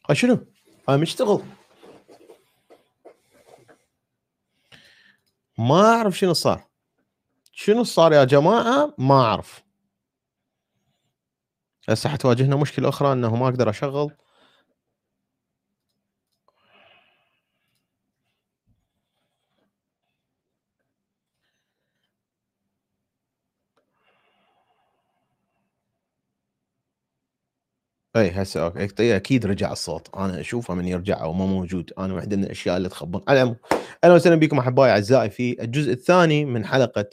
شنو؟ انا مشتغل، ما اعرف شنو صار. شنو صار يا جماعه؟ ما اعرف. هسه حتواجهنا مشكله اخرى انه ما اقدر اشغل. اي هسه اوكي، اكيد رجع الصوت، انا اشوفه من يرجع او ما موجود. انا واحده من الاشياء اللي تخبط على العموم. اهلا وسهلا بكم احبائي اعزائي في الجزء الثاني من حلقه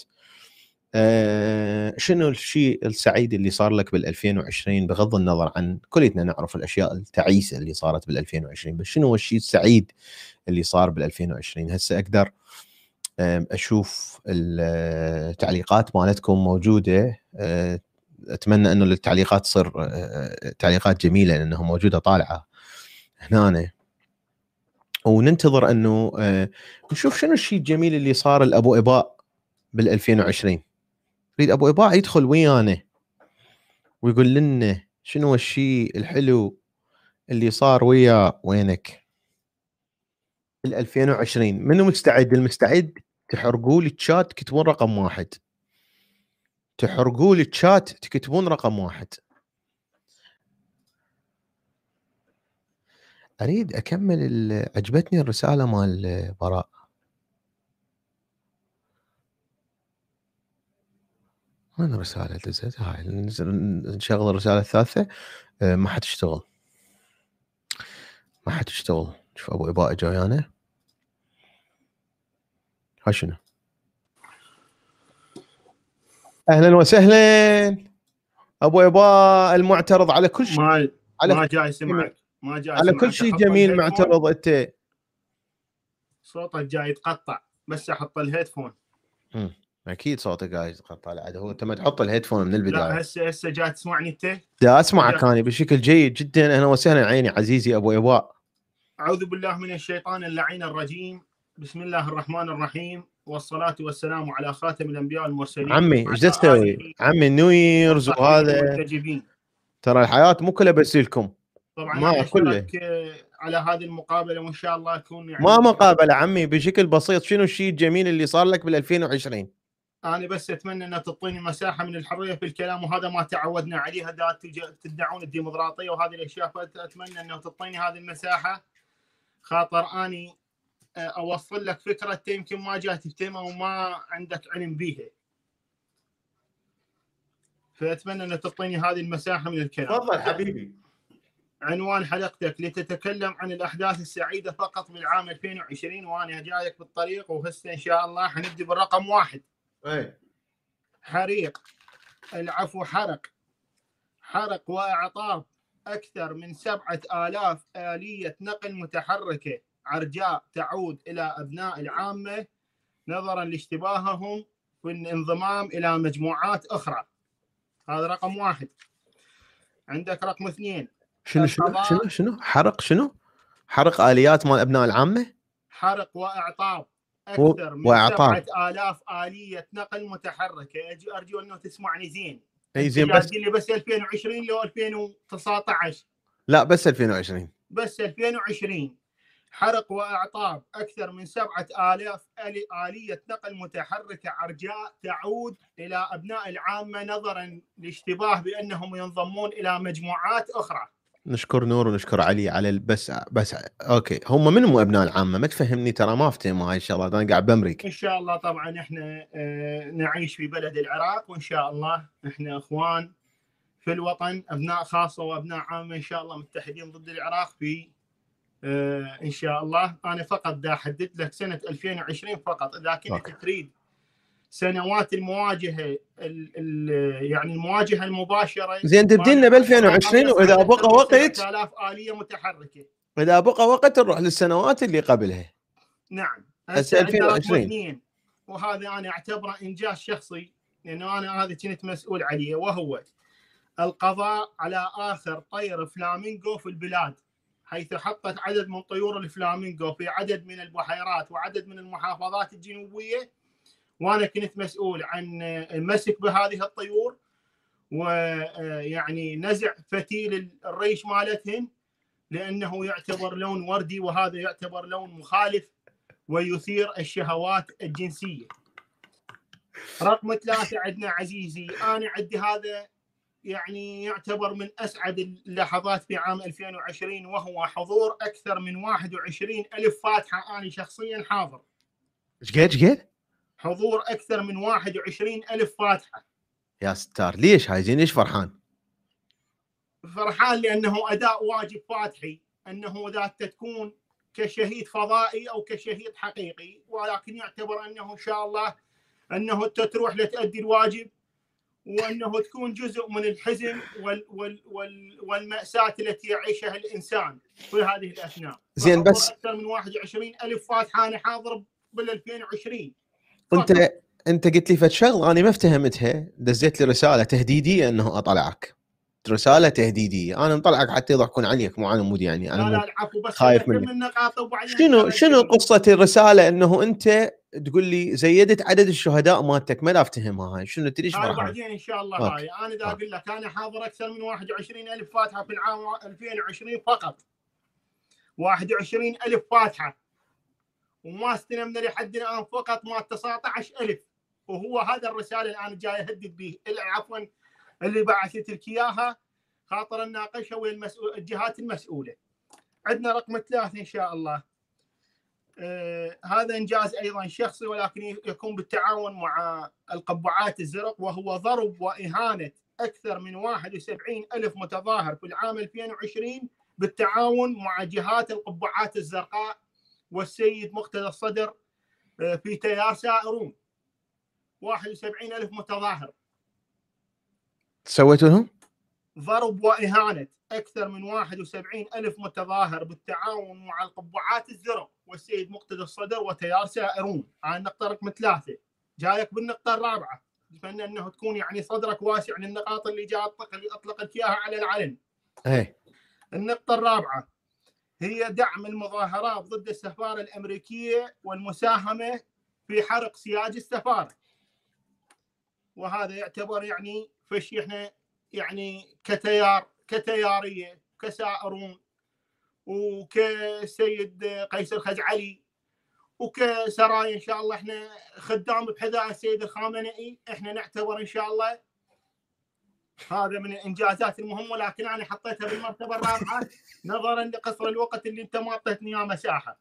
شنو الشيء السعيد اللي صار لك بال 2020، بغض النظر عن كلنا نعرف الاشياء التعيسه اللي صارت بال 2020، بس شنو هو الشيء السعيد اللي صار بال 2020؟ هسه اقدر اشوف التعليقات مالتكم موجوده. اتمنى انه التعليقات تصير تعليقات جميله لانها موجوده طالعه هنا، وننتظر انه نشوف شنو الشيء الجميل اللي صار لابو اباء بال 2020. نريد ابو اباء يدخل ويانا ويقول لنا شنو الشيء الحلو اللي صار وينك بال 2020. منو مستعد؟ المستعد تحرقوا لي الشات تكتبون رقم 1. تحرقوا لي الشات تكتبون رقم 1. اريد اكمل عجبتني الرساله مال براء. وين الرساله دزت؟ هاي نشغل الرساله الثالثه. ما حتشتغل، ما حتشتغل. شوف ابو اباء جايانه. ها شنو؟ اهلا وسهلا ابو اباء المعترض على كل شيء. ما جاي سمعك، ما جاي على سمعك. كل شيء جميل معترض انت. صوتك جاي يتقطع، بس احط الهيدفون. اكيد صوتك جاي يتقطع. عاد هو انت ما تحط الهيدفون من البدايه. لا هسه جاي تسمعني انت؟ دا اسمعك انا بشكل جيد جدا. اهلا وسهلا عيني عزيزي ابو اباء. اعوذ بالله من الشيطان اللعين الرجيم. بسم الله الرحمن الرحيم، والصلاة والسلام على خاتم الانبياء والمرسلين. عمي ايش تسوي؟ عمي نيو ييرز وهذا ترى الحياه مو كلها بس لكم. طبعا ما كله على هذه المقابله، وان شاء الله يكون يعني ما مقابله عمي. بشكل بسيط شنو الشيء الجميل اللي صار لك بال 2020؟ انا بس اتمنى ان تعطيني مساحه من الحريه في الكلام، وهذا ما تعودنا عليها. تدعون الديمقراطيه وهذه الاشياء، فاتمنى انه تعطيني هذه المساحه، خاطر اني اوصل لك فكره يمكن ما جات تمام وما عندك علم بيها. فاتمنى ان تعطيني هذه المساحه من الكلام. تفضل حبيبي. عنوان حلقتك لتتكلم عن الاحداث السعيده فقط بالعام 2020، وانا جايك بالطريق، وهسه ان شاء الله حنبدي بالرقم 1. حريق، العفو حرق واعطاب اكثر من 7000 آلية نقل متحركه عرجاء تعود الى ابناء العامه نظرا لاشتباههم والانضمام الى مجموعات اخرى. هذا رقم 1. عندك رقم 2. شنو حرق آليات مال ابناء العامه. حرق واعطاب اكثر من 7000 آلية نقل متحركه. ارجو انه تسمعني زين. اي زين. بس لي بس 2020 لو 2019؟ لا بس 2020. بس 2020. حرق واعطاب اكثر من 7000 آلية نقل متحركه عرجاء تعود الى ابناء العامه نظرا لاشتباه بانهم ينضمون الى مجموعات اخرى. نشكر نور ونشكر علي على بس اوكي. هم من مو ابناء العامه؟ ما تفهمني ترى ما افتهم هاي الشغلات. انا قاعد بامريكا. ان شاء الله طبعا احنا نعيش في بلد العراق، وان شاء الله احنا اخوان في الوطن، ابناء خاصه وابناء عامه، ان شاء الله متحدين ضد العراق في ان شاء الله. انا فقط دا احدد لك سنه 2020 فقط. اذا كنت تريد سنوات المواجهه يعني المواجهه المباشره، زين تبدي لنا ب 2020، واذا بقى وقت 3000 آلية متحركه. اذا بقى وقت نروح للسنوات اللي قبلها. نعم. هسه 2020 وهذا انا اعتبره انجاز شخصي، لانه انا هذا كنت مسؤول عليه، وهو القضاء على اخر طير فلامينغو في البلاد، حيث حطت عدد من طيور الفلامينغو في عدد من البحيرات وعدد من المحافظات الجنوبيه، وانا كنت مسؤول عن المسك بهذه الطيور، ويعني نزع فتيل الريش مالتهن لأنه يعتبر لون وردي، وهذا يعتبر لون مخالف ويثير الشهوات الجنسية. رقم 3 عندنا عزيزي، أنا عندي هذا يعني يعتبر من أسعد اللحظات في عام 2020، وهو حضور أكثر من 21 ألف فاتحة. أنا شخصيا حاضر. ايش قد؟ حضور أكثر من 21 ألف فاتحة. يا ستار، ليش هاي زين؟ ليش فرحان؟ فرحان لأنه أداء واجب فاتحي، أنه إذا تكون كشهيد فضائي أو كشهيد حقيقي، ولكن يعتبر أنه إن شاء الله أنه أنت تروح لتأدي الواجب، وأنه تكون جزء من الحزن والمأساة التي يعيشها الإنسان في هذه الأثناء. زين، بس أكثر من 21 ألف فاتحة أنا حاضر بال 2020. انت قلت لي فد شغله انا ما افتهمتها، دزيت لي رساله تهديديه انه اطلعك، رساله تهديديه، انا مطلعك حتى يضحكون عليك، مو على مود يعني انا لا العفو، بس خايف منك. من نقاط وبعدين شنو قصه الرساله؟ انه انت تقول لي زيدت عدد الشهداء مالتك، ما لا افتهمها هاي، شنو تريش هاي فرحان؟ بعدين ان شاء الله. هاي انا اذا اقول لك انا حاضر اكثر من 21 الف فاتحه في العام 2020 فقط، 21 الف فاتحه، وما استلمنا لحد الان فقط ما 19,000. وهو هذا الرساله اللي انا جاي اهدد به، عفوا اللي بعثت لك اياها، خاطر نناقشها ويا الجهات المسؤوله. عندنا رقم 3 ان شاء الله. هذا انجاز ايضا شخصي، ولكن يكون بالتعاون مع القبعات الزرق، وهو ضرب واهانه اكثر من 71 الف متظاهر في العام 2020 بالتعاون مع جهات القبعات الزرقاء والسيد مقتدى الصدر في تيار سائرون. 71 الف متظاهر سويتوا لهم ضرب واهانه اكثر من 71 الف متظاهر بالتعاون مع القبعات الزرق والسيد مقتدى الصدر وتيار سائرون. هاي النقطه رقم 3. جايك بالنقطه الرابعه، اتمنى انه تكون يعني صدرك واسع للنقاط اللي جاء اطلقت اياها على العلن. النقطه الرابعه هي دعم المظاهرات ضد السفاره الامريكيه والمساهمه في حرق سياج السفاره. وهذا يعتبر يعني فش احنا يعني كتياريه كسائرون وكسيد قيس الخزعلي وكسرايا ان شاء الله احنا خدام بحذاء السيد الخامنئي، احنا نعتبر ان شاء الله هذا من الانجازات المهمه، لكن انا حطيتها بالمرتبه الرابعه نظرا لقصر الوقت اللي انت ما اعطيتني اياه مساحه.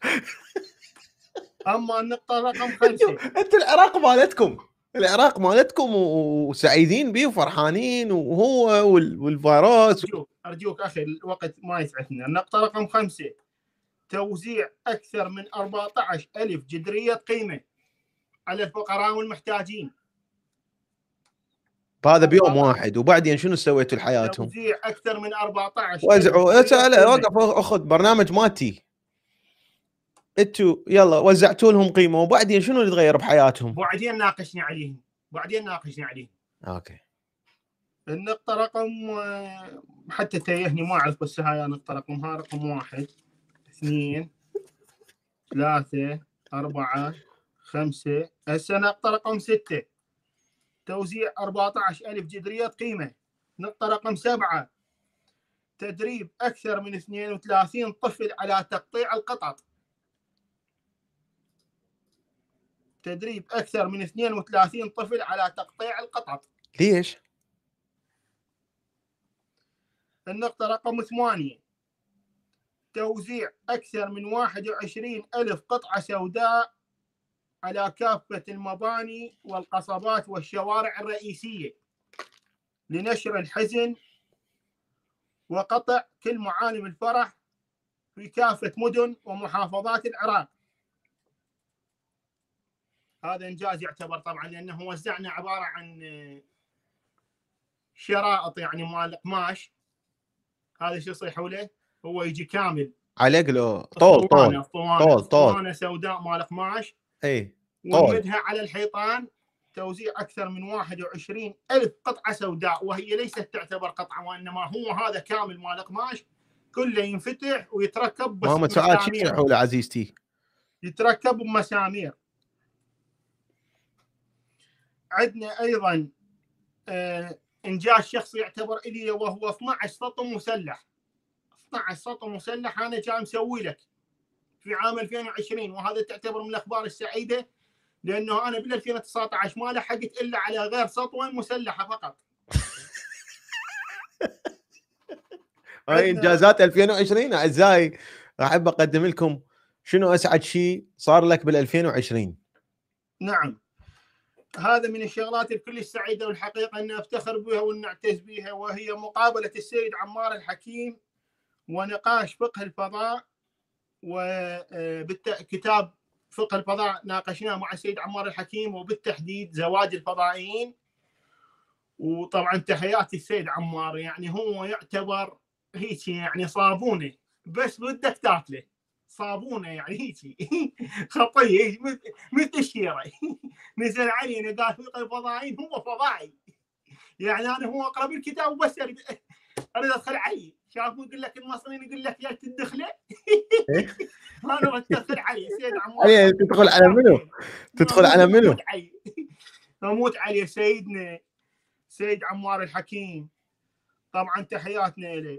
اما النقطه رقم 5، انت العراق مالتكم وسعيدين به وفرحانين، وهو والفيروس. ارجوك اخي الوقت ما يسعفنا. النقطه رقم 5، توزيع اكثر من 14,000 جدريه قيمه على الفقراء والمحتاجين. هذا بيوم واحد، وبعدين شنو سويتوا لحياتهم؟ توزيع اكثر من 14 وزعوا. وقف اخذ برنامج مالتي، انتوا يلا وزعتوا لهم قيمه، وبعدين شنو اللي تغير بحياتهم؟ بعدين ناقشني عليهم. اوكي. النقطه رقم حتى تيهني ما اعرف، بس هاي النقطه رقمها رقم 1 2 3 4 5. هسه نقطه رقم 6، توزيع 14,000 جدرية قيمة. نقطة رقم 7، تدريب أكثر من 32 طفل على تقطيع القطط. تدريب أكثر من 32 طفل على تقطيع القطط. ليش؟ النقطة رقم 8، توزيع أكثر من 21 ألف قطعة سوداء على كافة المباني والقصبات والشوارع الرئيسية لنشر الحزن وقطع كل معالم الفرح في كافة مدن ومحافظات العراق. هذا إنجاز يعتبر طبعا، لأنه وزعنا عبارة عن شرائط يعني مال قماش. هذا شو يصيحوا له؟ هو يجي كامل عليك له طول سوداء مال قماش. اي ونمدها على الحيطان. توزيع أكثر من 21 ألف قطعة سوداء، وهي ليست تعتبر قطعة، وإنما هو هذا كامل مال قماش كله ينفتح ويتركب بس ماما سؤال شو يصيحوا له عزيزتي؟ يتركب بمسامير. عندنا أيضا إنجاز شخصي يعتبر إلي، وهو 12 سطو مسلح. 12 سطو مسلح انا جاي مسوي لك في عام 2020، وهذا تعتبر من الاخبار السعيده، لانه انا بال 2019 ما لحقت الا على غير سطوه مسلحه فقط. هاي انجازات 2020 اعزائي. احب اقدم لكم شنو اسعد شيء صار لك بال 2020. نعم، هذا من الشغلات الكل السعيده، والحقيقه ان افتخر بها ونعتز بها، وهي مقابله السيد عمار الحكيم ونقاش فقه الفضاء، وكتاب فقه الفضاء ناقشناه مع السيد عمار الحكيم، وبالتحديد زواج الفضائيين. وطبعا تحياتي السيد عمار، يعني هو يعتبر هيك يعني صابونه، بس بدك تاكله صابونه يعني هيك خطيه مثل الشيره نزل علينا قال فقه الفضائيين هو فضائي، يعني انا هو اقرا الكتاب وبس اريد ادخل عليه. شافوا يقول لك المصريين يقول لك يا تدخله انا بتدخل عليه سيد عمار. تدخل على منو؟ تدخل على منو؟ اموت عليه سيدنا سيد عمار الحكيم، طبعا تحياتنا له.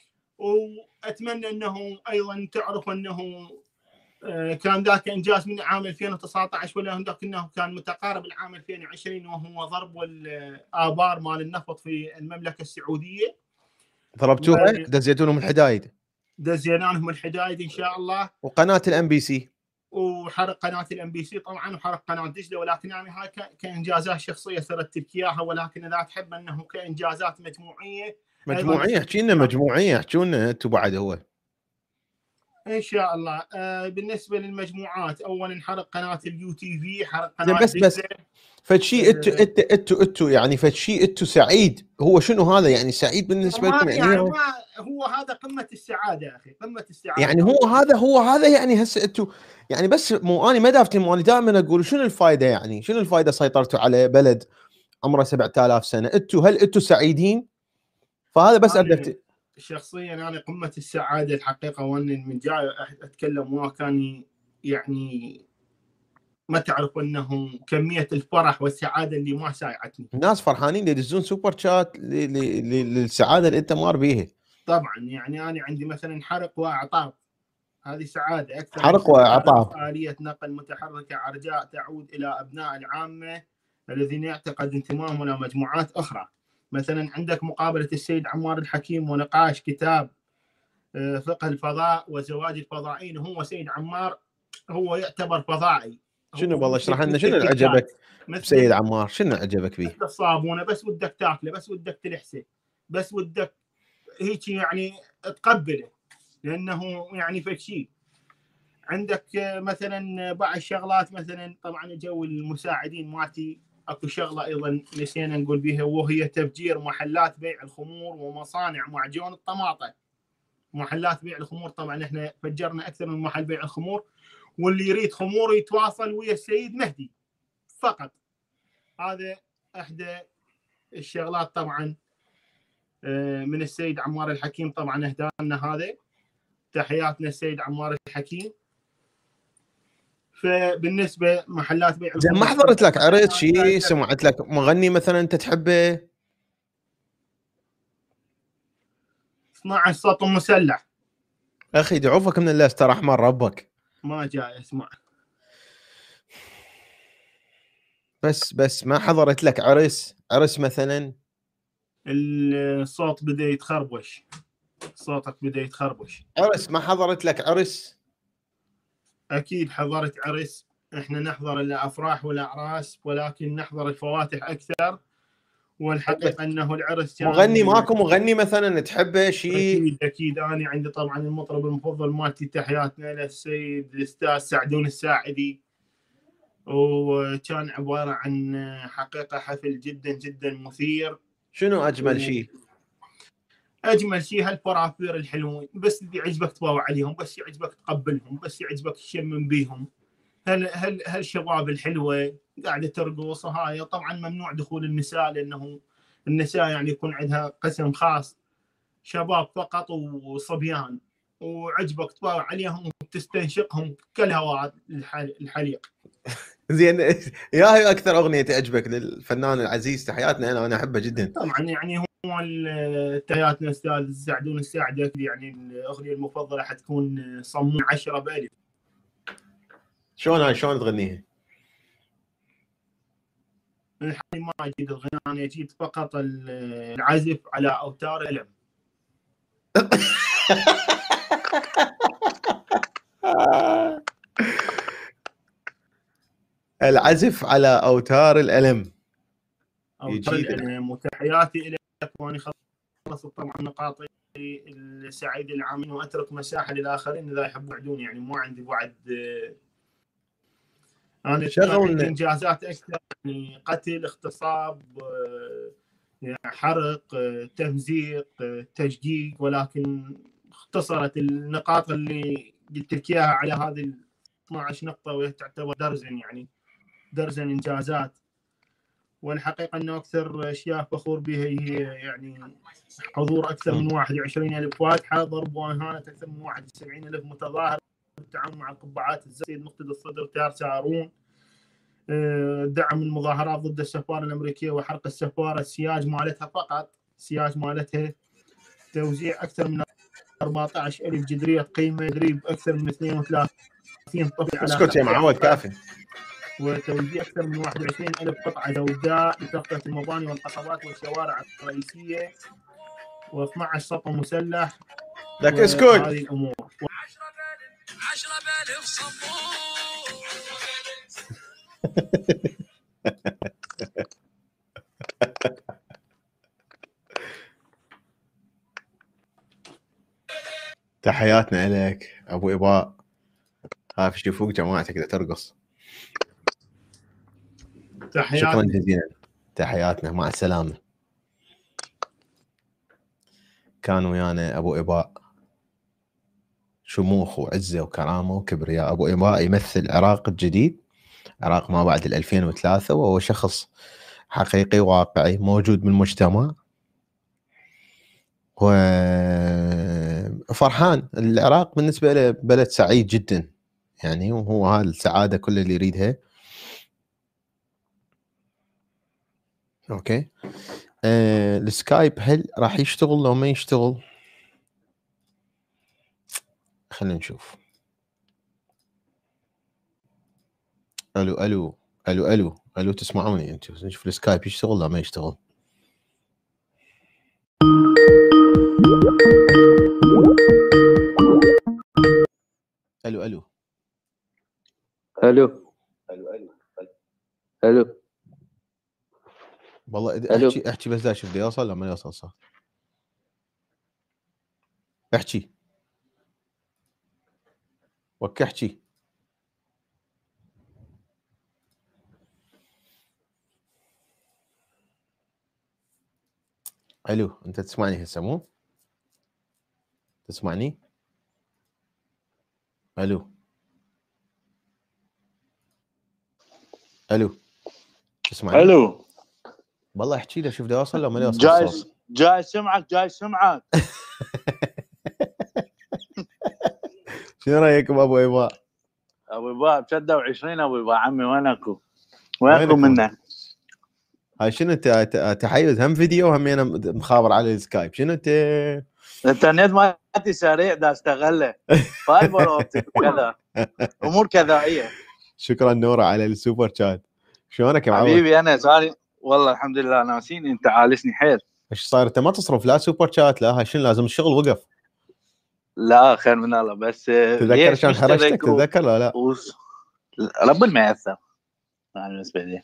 واتمنى انه ايضا تعرف انه كان ذاك انجاز من عام 2019، ولا ذاك انه كان متقارب العام 2020، وهو ضرب الابار مال النفط في المملكه السعوديه. ضربتوها؟ دزيتونهم الحدايد؟ دزينا لهم الحدايد ان شاء الله. وقناه الام بي سي، وحرق قناه الام بي سي طبعا، وحرق قناه دجله. ولكن يعني هاي كانجازات شخصيه سردت لك اياها، ولكن اذا تحب انه كانجازات مجموعيه. احكي لنا مجموعيه، احكوا لنا انتم بعد. هو ان شاء الله بالنسبه للمجموعات، اولا حرق قناه اليو تي في، حرق قناه بس فد شيء انتو يعني فد شيء انتو سعيد. هو شنو هذا يعني سعيد بالنسبه لكم؟ يعني هو هذا قمه السعاده يا اخي، قمه السعاده. يعني هو هذا يعني هسه انتو يعني، بس مو انا ما دافتي، انا دائما اقول شنو الفائده؟ يعني شنو الفائده سيطرتوا على بلد عمره 7000 سنه؟ هل انتو سعيدين؟ فهذا بس ابدا شخصيا انا قمه السعاده الحقيقه، وانا من جاي اتكلم وياه كان يعني ما تعرف انه كميه الفرح والسعاده اللي ما سايعتني. الناس فرحانين يدزون سوبر شات للسعاده اللي انت مار بيها. طبعا يعني انا عندي مثلا حرق واعطاف، هذه سعاده اكثر. حرق واعطاف، آلية نقل متحركه عرجاء تعود الى ابناء العامه الذين يعتقد انتمائهم الى مجموعات اخرى. مثلا عندك مقابله السيد عمار الحكيم ونقاش كتاب فقه الفضاء وزواج الفضائيين. هو سيد عمار هو يعتبر فضائي. شنو والله اشرح لنا شنو اللي عجبك بسيد عمار؟ شنو عجبك فيه؟ الصابونه بس ودك تاكله، بس ودك تلحسه، بس ودك هيك يعني تقبله، لانه يعني فد شيء. عندك مثلا بعض الشغلات، مثلا طبعا جو المساعدين مالتي، اكو شغله ايضا نسينا نقول بها، وهي تفجير محلات بيع الخمور ومصانع معجون الطماطه. محلات بيع الخمور طبعا احنا فجرنا اكثر من محل بيع الخمور، واللي يريد خمور يتواصل ويا السيد مهدي فقط. هذا احدى الشغلات طبعا من السيد عمار الحكيم، طبعا اهدانا هذا. تحياتنا السيد عمار الحكيم. فبالنسبه محلات بيع الخمور، ما حضرت لك عرض شيء؟ سمعت لك مغني مثلا انت تحبه؟ 12 سطو مسلح اخي دعوفك من الله، استر رحمن ربك. ما جاي اسمع. بس ما حضرت لك عرس مثلا؟ الصوت بدا يتخربش، صوتك بدا يتخربش. عرس ما حضرت لك عرس؟ اكيد حضرت عرس. احنا نحضر الافراح والاعراس، ولكن نحضر الفواتح اكثر. والحقيقه انه العرس مغني ماكو مغني مثلا تحبه شيء؟ اكيد انا عندي طبعا المطرب المفضل مالتي، تحياتنا للسيد الاستاذ سعدون الساعدي. وكان عباره عن حقيقه حفل جدا جدا مثير. شنو اجمل شيء؟ اجمل شيء هالفرافير الحلوين، بس اللي يعجبك تباوع عليهم، بس يعجبك تقبلهم، بس يعجبك تشمم بيهم. هالشباب الحلوه قاعده ترقص. وهاي طبعا ممنوع دخول النساء، لانه النساء يعني يكون عندها قسم خاص، شباب فقط وصبيان، وعجبك تباوع عليهم وتستنشقهم كالهواء الحليق. زين يا هي اكثر اغنيه تعجبك للفنان العزيز؟ تحياتنا، انا احبه جدا. طبعا يعني هو مال تحياتنا استاذ سعدون الساعدك، يعني الاغنيه المفضله حتكون صمون 10 بألف. شلون تغنيها؟ الحين ما اجيد الغناء، انا اجيد فقط العزف على اوتار الالم. العزف على اوتار الالم. اوتار الالم. وتحياتي لك، وانا خلصت طبعا نقاطي السعيد العامين، واترك مساحه للاخرين اذا يحبوا يعدوني، يعني مو عندي بعد. انا عندي انجازات اكثر، يعني قتل، اغتصاب، حرق، تمزيق، تشقيق، ولكن اختصرت النقاط اللي قلت لك اياها على هذه 12 نقطه، وهي تعتبر درزن، يعني درزن انجازات. والحقيقه انه اكثر اشياء فخور بها هي يعني حضور اكثر من 21,000 فاتحه، ضرب واهانه اكثر من 71,000 متظاهر، التعاون مع القبعات السيد مقتدى الصدر تيار سارون، دعم المظاهرات ضد السفاره الامريكيه وحرق السفاره، السياج مالتها فقط، السياج مالتها توزيع اكثر من 14,000 جدريه قيمه، تدريب اكثر من 32 طفل على اسكت يا معود كافي، وتوزيع اكثر من 21,000 قطعه سوداء لتغطيه المباني والقصبات والشوارع الرئيسيه، و12 سطو مسلح. لك اسكت. هذه الامور 10,000 صمون. تحياتنا لك ابو اباء، خاف يشوفوك جماعتك اذا ترقص. شكرا جزيلا، تحياتنا، مع السلامه. كان ويانا ابو اباء، شموخ وعزه وكرامه وكبرياء. ابو اباء يمثل العراق الجديد، عراق ما بعد 2003، وهو شخص حقيقي واقعي موجود بالمجتمع، وفرحان. العراق بالنسبه له بلد سعيد جدا يعني، وهو هذه السعاده كل اللي يريدها. اوكي، السكايب هل راح يشتغل لو ما يشتغل؟ خلينا نشوف. الو الو الو الو الو، تسمعوني انتم؟ نشوف السكايب يشتغل لو ما يشتغل. الو الو الو الو والله احكي بس لا شوف يوصل لما يوصل صوت. احكي وك احكي. الو، انت تسمعني هسه مو؟ تسمعني؟ الو الو، تسمعني؟ الو والله احكي له شوف دا يوصل لو ما يوصل الصوت. جاي سمعك شنو رايكم ابو ايباء؟ ابو ايباء بشده و20 ابو ايباء عمي، وينكم منا؟ هاي شنو تحيز هم فيديو وهم انا مخابر على السكايب؟ شنو الانترنت مالتي سريع دا استغله، فايبر اوبتيك كذا، امور كذائيه. شكرا نورا على السوبر شات. شلونك يا معود؟ حبيبي انا صار والله الحمد لله، ناسيني انت عالسني حيل. ايش صاير انت ما تصرف لا سوبر شات لا هاي؟ شنو لازم الشغل وقف؟ لا خير من الله، بس تذكر عشان خرجتك تتذكر لا لا؟ رب ما يأثر بالنسبه لي.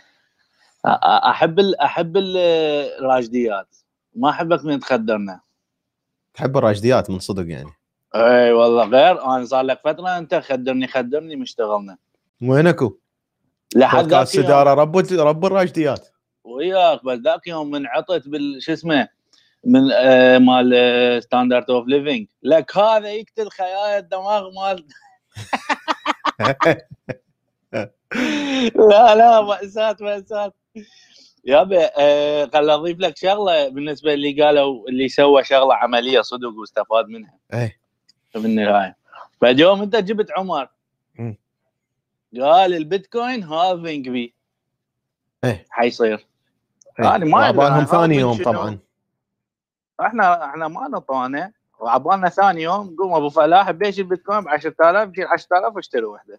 احب الراجديات، ما احبك من تخدرنا. تحب الراجديات من صدق يعني؟ اي والله غير، انا صار لك فتره انت خدرني مشتغلنا. وينكو؟ لحد ذاك السداره رب الراجديات وياك، بس ذاك يوم من عطت شو اسمه من مال ستاندرد اوف ليفينج، لك هذا يقتل خلايا الدماغ مال لا مأساة يابا. خل اضيف لك شغله بالنسبه اللي قالوا اللي سوى شغله عمليه صدق واستفاد منها في النهايه. فاليوم انت جبت عمر قال البيتكوين هالفينج بي حيصير، يعني ما بالهم ثاني يوم طبعا احنا ما نطونه، وعبالنا ثاني يوم قوم ابو فلاح بيش البيتكوين ب 10000، جيل 10000 واشتري وحده.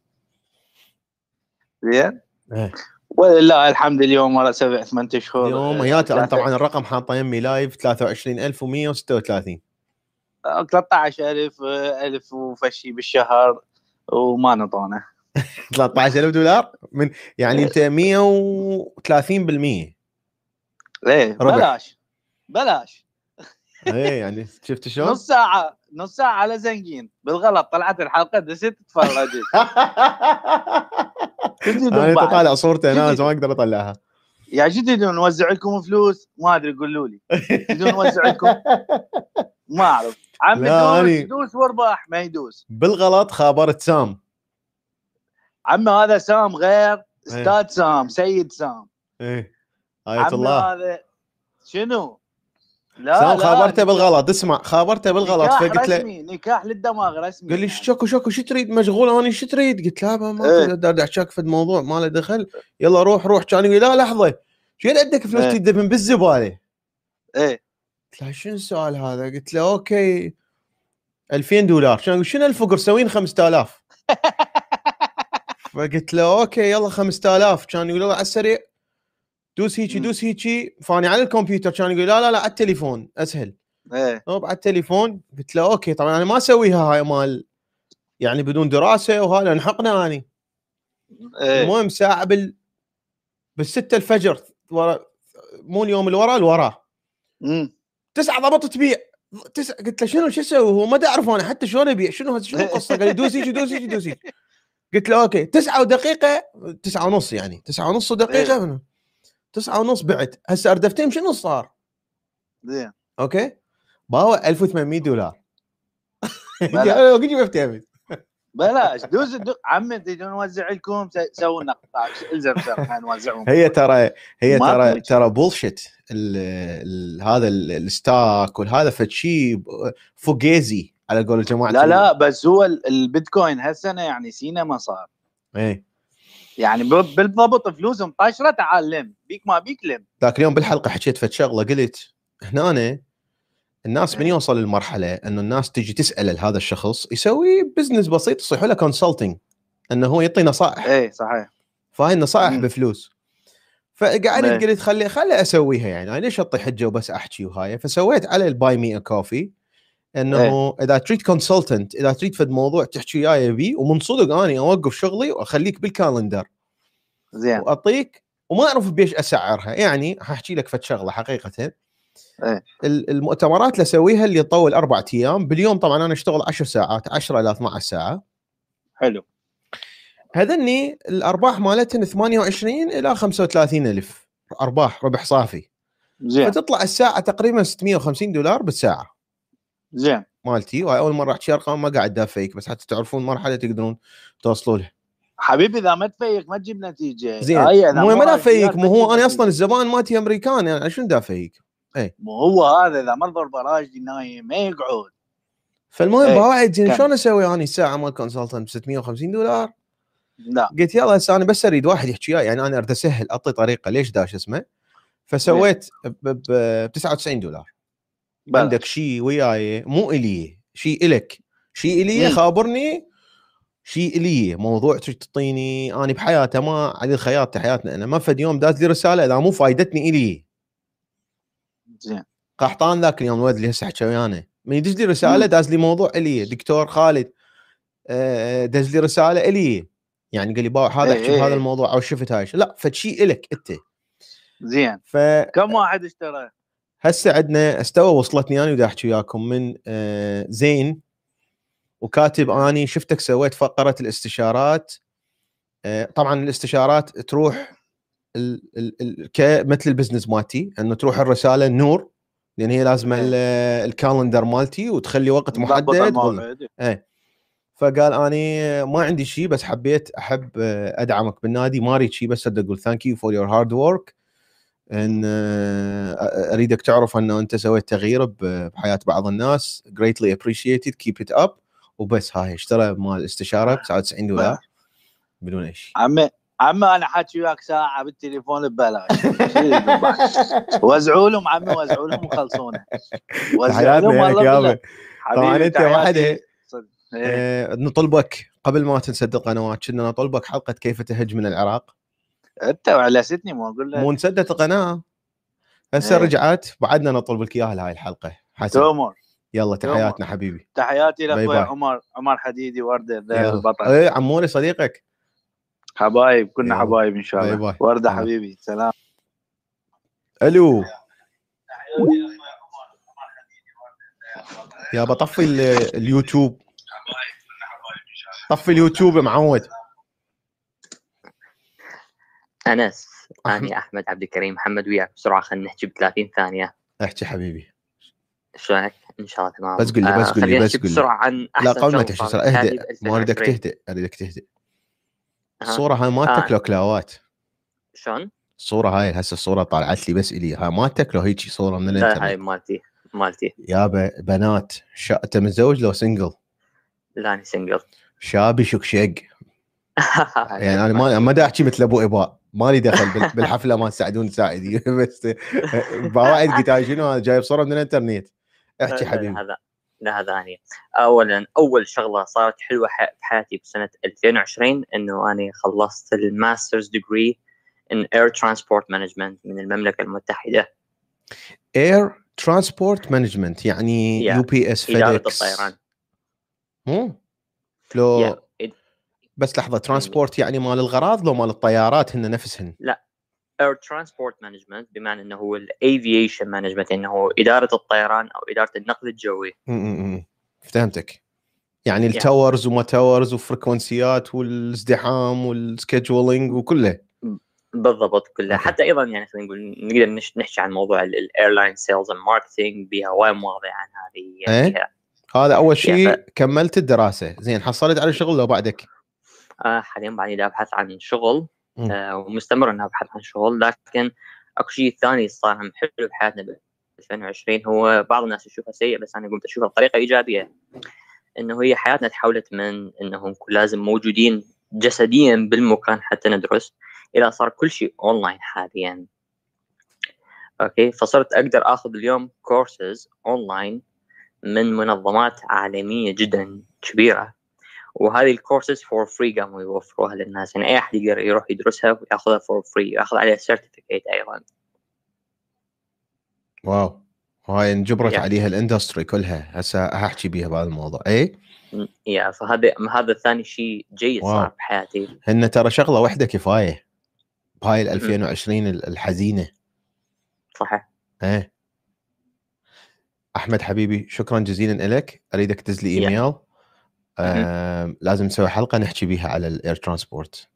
زين. ولله الحمد اليوم ورا 7-8 اشهر اليوم هيات طبعا الرقم حاطه يمي لايف 23136 13,000 وفشي بالشهر وما نطونه. $13,000 من يعني انت 130%. ايه بلاش ايه يعني شفت شلون؟ نص ساعة على زنقين بالغلط طلعت الحلقة دست تفرجت. انا طالع صورته انا ما اقدر اطلعها. يا جديد نوزع لكم فلوس ما ادري قولوا لي بدون نوزع لكم ما اعرف. عمي دوس وارباح ما يدوس بالغلط. خابرت سام عمي هذا سام غير استاذ سام سيد سام. ايه آية الله هذا شنو؟ لا خابرته بالغلط. اسمع خابرته بالغلط فقلت له نكاح للدماغ رسمي. قال لي شكو شو تريد مشغول انا شو تريد؟ قلت له ما اقدر احكيك في الموضوع ما له دخل. يلا روح كان يقول لا لحظه شو عندك فلوس تدفن بالزباله؟ ايه قلت له شنو السؤال هذا؟ قلت له اوكي $2000. كان يقول شنو الفقر سوين 5000. فقلت له اوكي يلا 5000. كان يقول على السريع دوس هيجي فاني على الكمبيوتر. كان يقول لا على التليفون اسهل. ايه على التليفون. قلت له اوكي طبعا انا ما اسويها هاي مال يعني بدون دراسه وهذا انحقنا اني. المهم ساعه بالستة الفجر ورا مو اليوم اللي وراه 9 ضبطت تبيع 9. قلت له شنو شو اسوي؟ هو ما اعرف انا حتى شلون ابيع شنو القصه. قال لي دوس هيجي. قلت له اوكي 9 ودقيقه 9 ونص يعني 9 ونص دقيقه 9 ونص بعت. هسه اردفتين شنو صار؟ زين اوكي باو $1800. بلاش دوس عمي تجون نوزع لكم سووا لنا قطاع الزم سر نوزعهم. هي ترى بولشيت هذا الستاك والهذا فشي فوجيزي على قول الجماعه. لا بس هو البيتكوين هالسنه يعني سينما صار. ايه يعني بالضبط فلوسهم طاشره. تعال لم بيك ما بيك لم. ذاك اليوم بالحلقه حكيت فد شغله قلت هنا الناس من يوصل للمرحله انه الناس تجي تسال هذا الشخص يسوي بزنس بسيط يصيح له كونسلتنج انه هو يعطي نصائح. ايه صحيح. فهاي النصائح بفلوس. فقعدت قلت خلي اسويها يعني انا ليش اعطي حجه وبس احكي وهاي. فسويت على الباي مي كوفي انه اذا تريد كونسلتنت اذا تريد فد موضوع تحكي وياي بي ومن صدق اني اوقف شغلي واخليك بالكالندر زين واعطيك وما اعرف بيش اسعرها. يعني هحكي لك فد شغله حقيقه. المؤتمرات اللي اسويها اللي تطول 4 ايام باليوم. طبعا انا اشتغل 10 ساعات 10 الى 12 ساعه. حلو. هذني الارباح مالتهن 28 الى 35 الف ارباح ربح صافي. زين. فتطلع الساعه تقريبا $650 بالساعه. زين مالتي. وهاي اول مره احكي ارقام ما قاعد ادافيك بس حتى تعرفون مرحله تقدرون توصلوا لها. حبيبي اذا ما تفيك ما تجيب نتيجه. زين مو ما دافيك مو هو انا اصلا الزبائن مالتي امريكان يعني شنو دافيك. اي مو هو هذا اذا منظر براجي نايم ما يقعد. فالمهم بواعد زين شلون اسوي اني الساعه مال كونسلتنت $650؟ لا قلت يلا هسه انا بس اريد واحد يحكي وياي يعني انا اريد اسهل اعطي طريقه ليش داش اسمه. فسويت ب $99. عندك شيء وياي مو الي شيء الك شيء الي خابرني شيء الي موضوع تريد تعطيني اني بحياته ما علي الخياط حياتنا انا ما فد يوم داز لي رساله اذا مو فايدتني الي. زين قحطان ذاك اليوم الولد اللي هسه حكى ويانا من يدز لي رساله داز لي موضوع الي. دكتور خالد دز لي رساله الي يعني قال لي باع هذا احكي بهذا الموضوع او شفت هاي لا فد شيء الك انت. زين كم واحد اشترى؟ هسه عندنا استوى وصلتني انا ودا احكي وياكم من زين وكاتب اني شفتك سويت فقره الاستشارات. طبعا الاستشارات تروح كمثل البزنس مالتي انه تروح الرساله النور لان هي لازم الكالندر مالتي وتخلي وقت محدد. فقال اني ما عندي شيء بس احب ادعمك بالنادي ما اريد شيء بس اقول ثانك يو فور يور هارد ورك ان اريدك تعرف انه انت سويت تغيير بحياه بعض الناس greatly appreciated keep it up وبس. هاي اشترى مال استشاره $99 بدون اي شيء. عمي انا حاكي وياك ساعه بالتليفون ببلاش. وزعوا لهم عمي، وزعوا لهم وخلصونا. تحياتنا لك يابا. طبعا انت وحده نطلبك قبل ما تنسد القنوات، كنا نطلبك حلقه كيف تهج من العراق. انت وعلستني مو اقول لك مو انسدت القناه هسه رجعت، بعدنا نطلب لك اياها لهاي الحلقه حسن. تومر يلا تحياتنا حبيبي. تحياتي لاخوي عمر حديدي ورده البطل. ايه عموري صديقك. حبايب كنا حبايب ان شاء الله. باي باي. ورده حبيبي سلام. الو يا بطفي اليوتيوب، طفي اليوتيوب معود. انس اني احمد عبد الكريم محمد وياك بسرعه، خلينا نحكي ب 30 ثانيه. احكي حبيبي. شلونك؟ ان شاء الله تمام. بس قل لي خلينا نحكي بسرعه عن احسن. لا قبل ما تحكي اهدئ، ما اريدك تهدئ، اريدك تهدئ. الصوره هاي مالتك لو كلاوات؟ شلون؟ الصوره هاي هسه الصوره طالعت لي بس الي، هاي مالتك لو هيجي صوره من الانترنت؟ لا هاي مالتي يابا بنات. انت متزوج لو سنجل؟ لا انا سنجل. شابي شقشق. يعني انا ما دا احكي مثل ابو اباء، مالي دخل بالحفله ما تساعدون تساعدي بس بواعد قلت شنو هذا جايب صوره من الانترنت. احكي حبيبي. هذا اني اولا اول شغله صارت حلوه بحياتي بسنه 2020 انه انا خلصت الماسترز ديجري ان اير ترانسبورت مانجمنت من المملكه المتحده. اير ترانسبورت مانجمنت يعني يو بي اس فيدكس الطيران. لو بس لحظه، ترانسبورت يعني مال الغراض لو مال الطيارات هن نفسهن؟ لا اير ترانسبورت مانجمنت بمعنى انه هو الافييشن مانجمنت، انه هو اداره الطيران او اداره النقل الجوي. فهمتك. يعني التاورز وما تاورز وفريكونسيات والازدحام والسكيدجولينج وكله. بالضبط كله. حتى ايضا يعني خلينا نقول نقدر نحكي عن موضوع الايرلاين سيلز اند ماركتينج، بها هواي مواضيع عن هذه يعني. هذا اول شيء. كملت الدراسه زين، حصلت على شغل لو بعدك؟ حاليا بعدني ابحث عن شغل ومستمر اني ابحث عن شغل. لكن اكو شيء ثاني صار حلو بحياتنا ب 2020 هو بعض الناس يشوفها سيء بس انا قمت اشوفها بطريقه ايجابيه، انه هي حياتنا تحولت من انهم لازم موجودين جسديا بالمكان حتى ندرس الى صار كل شيء اونلاين حاليا. اوكي، فصرت اقدر اخذ اليوم كورسز اونلاين من منظمات عالميه جدا كبيره، وهذه الكورسز فور فري قاموا يوفروها للناس، يعني اي احد يقدر يروح يدرسها وياخذها فور فري، ياخذ عليها سيرتيفيكيت ايضا. واو، هاي انجبرت عليها الاندستري كلها هسه احكي بيها بهذا الموضوع. فهذا ثاني شيء جيد صار بحياتي. هن ترى شغله واحده كفايه بهاي 2020 الحزينه. صحيح. احمد حبيبي شكرا جزيلا لك. اريدك تدز لي ايميل. لازم نسوي حلقه نحكي بيها على الاير ترانسبورت.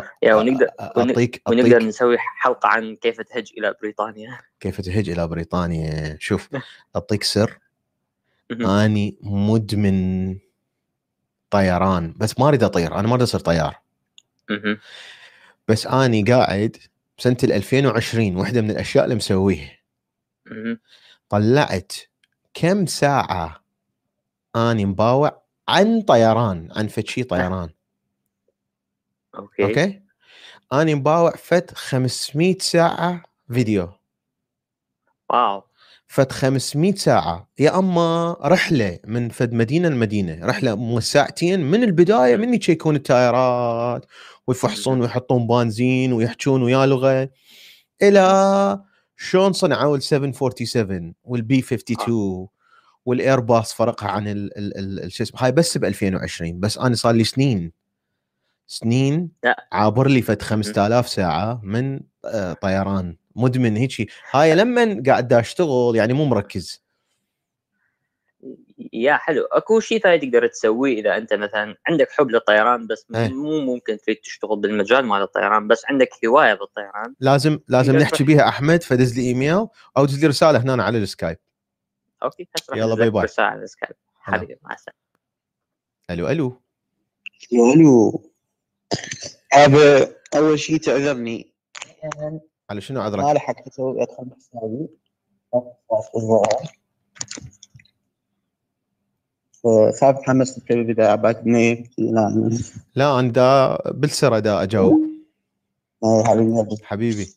ونقدر نسوي حلقه عن كيف تهج الى بريطانيا. كيف تهج الى بريطانيا. شوف اعطيك سر، اني مدمن طيران بس ما اريد اطير، انا ما اريد اصير طيار. بس اني قاعد بسنه 2020 واحده من الاشياء اللي مسويها طلعت كم ساعه اني مباوع عن طيران، عن فتشي طيران. اوكي اني مباوع فت 500 ساعه فيديو. واو. فت 500 ساعه يا اما رحله من فد مدينه لمدينه، رحله ساعتين من البدايه من يشيكون التايرات ويفحصون ويحطون بنزين ويحجون ويا لغه، الى شلون صنعوا ال 747 والبي 52 والايرباص فرقها عن شو اسمه. هاي بس ب 2020، بس انا صار لي سنين عابر لي فد 5000 ساعه من طيران. مدمن هيجي. هاي لما قاعد اشتغل يعني مو مركز. يا حلو. اكو شيء ثاني تقدر تسويه اذا انت مثلا عندك حب للطيران بس مو ممكن تريد تشتغل بالمجال مال الطيران بس عندك هوايه بالطيران، لازم نحكي بيها احمد. فدز لي ايميل او دز لي رساله هنا على السكايب. اوكي يلا باي باي. رساله على السكايب حبيبي. مع السلامه. الو هذا اول شيء تعذرني على شنو عذرك؟ ما لحقت اسوي ادخل حسابي خاف حمست بالبدايه بعدني. لا انا دا بالسره دا اجاوب. حبيبي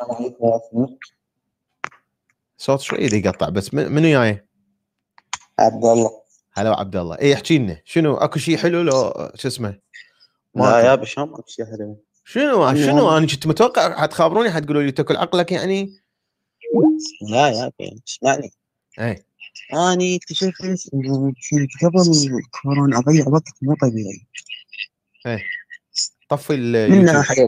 صوت شوي يقطع بس منو جاي؟ عبد الله. هلا عبد الله. ايه احكي لنا شنو اكو شيء حلو لو شو اسمه؟ لا يا بشام اكو شيء حلو. شنو انا كنت متوقع حتخابروني حتقولوا لي تاكل عقلك يعني. لا يا اسمعني. اي اني اكتشفت انه كنت قبل كورونا اضيع وقت مو طبيعي. اي طفي من اليوتيوب. ناحيه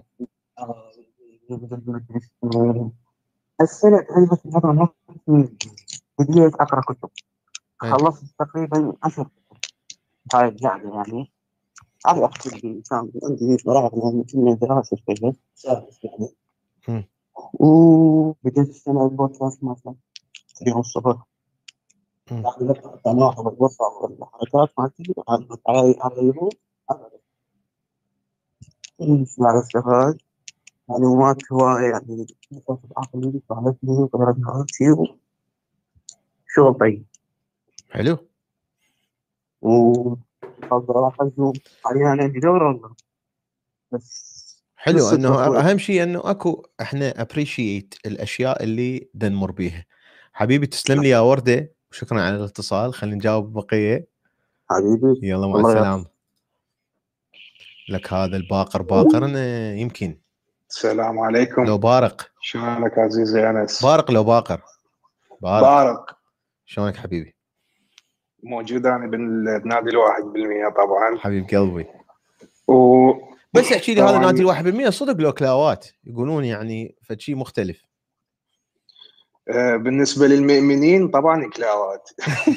السنه تعرف الفتره بديت اقرا كتب. خلصت تقريبا 10 كتب هاي الجعبه يعني. هذا اكتب كان عندي فراغ من الدراسه شويه سادس يعني. وبديت استمع البودكاست مثلا اليوم الصبح. يعني التناقض والوسع والحركات مالتي على اليوم لا استفاد معلومات هواية يعني نقاط عقلي فعلتني وقدرت نفسي وشغل طيب. حلو. وأقدر أحجم عليها أنا عندي دورة والله بس حلو انه اهم شيء انه اكو احنا ابريشيت الاشياء اللي نمر بيها. حبيبي تسلم لي يا ورده وشكرا على الاتصال. خلينا نجاوب بقيه. حبيبي يلا مع السلامه. لك هذا الباقر باقرنا يمكن. السلام عليكم. لو بارق شلونك عزيزي انس؟ بارق لو باقر. بارق شلونك حبيبي؟ موجود انا بنادي ال1% طبعا حبيب قلبي. بس احكي لي هذا نادي ال1% صدق لو كلاوات يقولون يعني فشي مختلف؟ بالنسبه للمؤمنين طبعا كلاوات.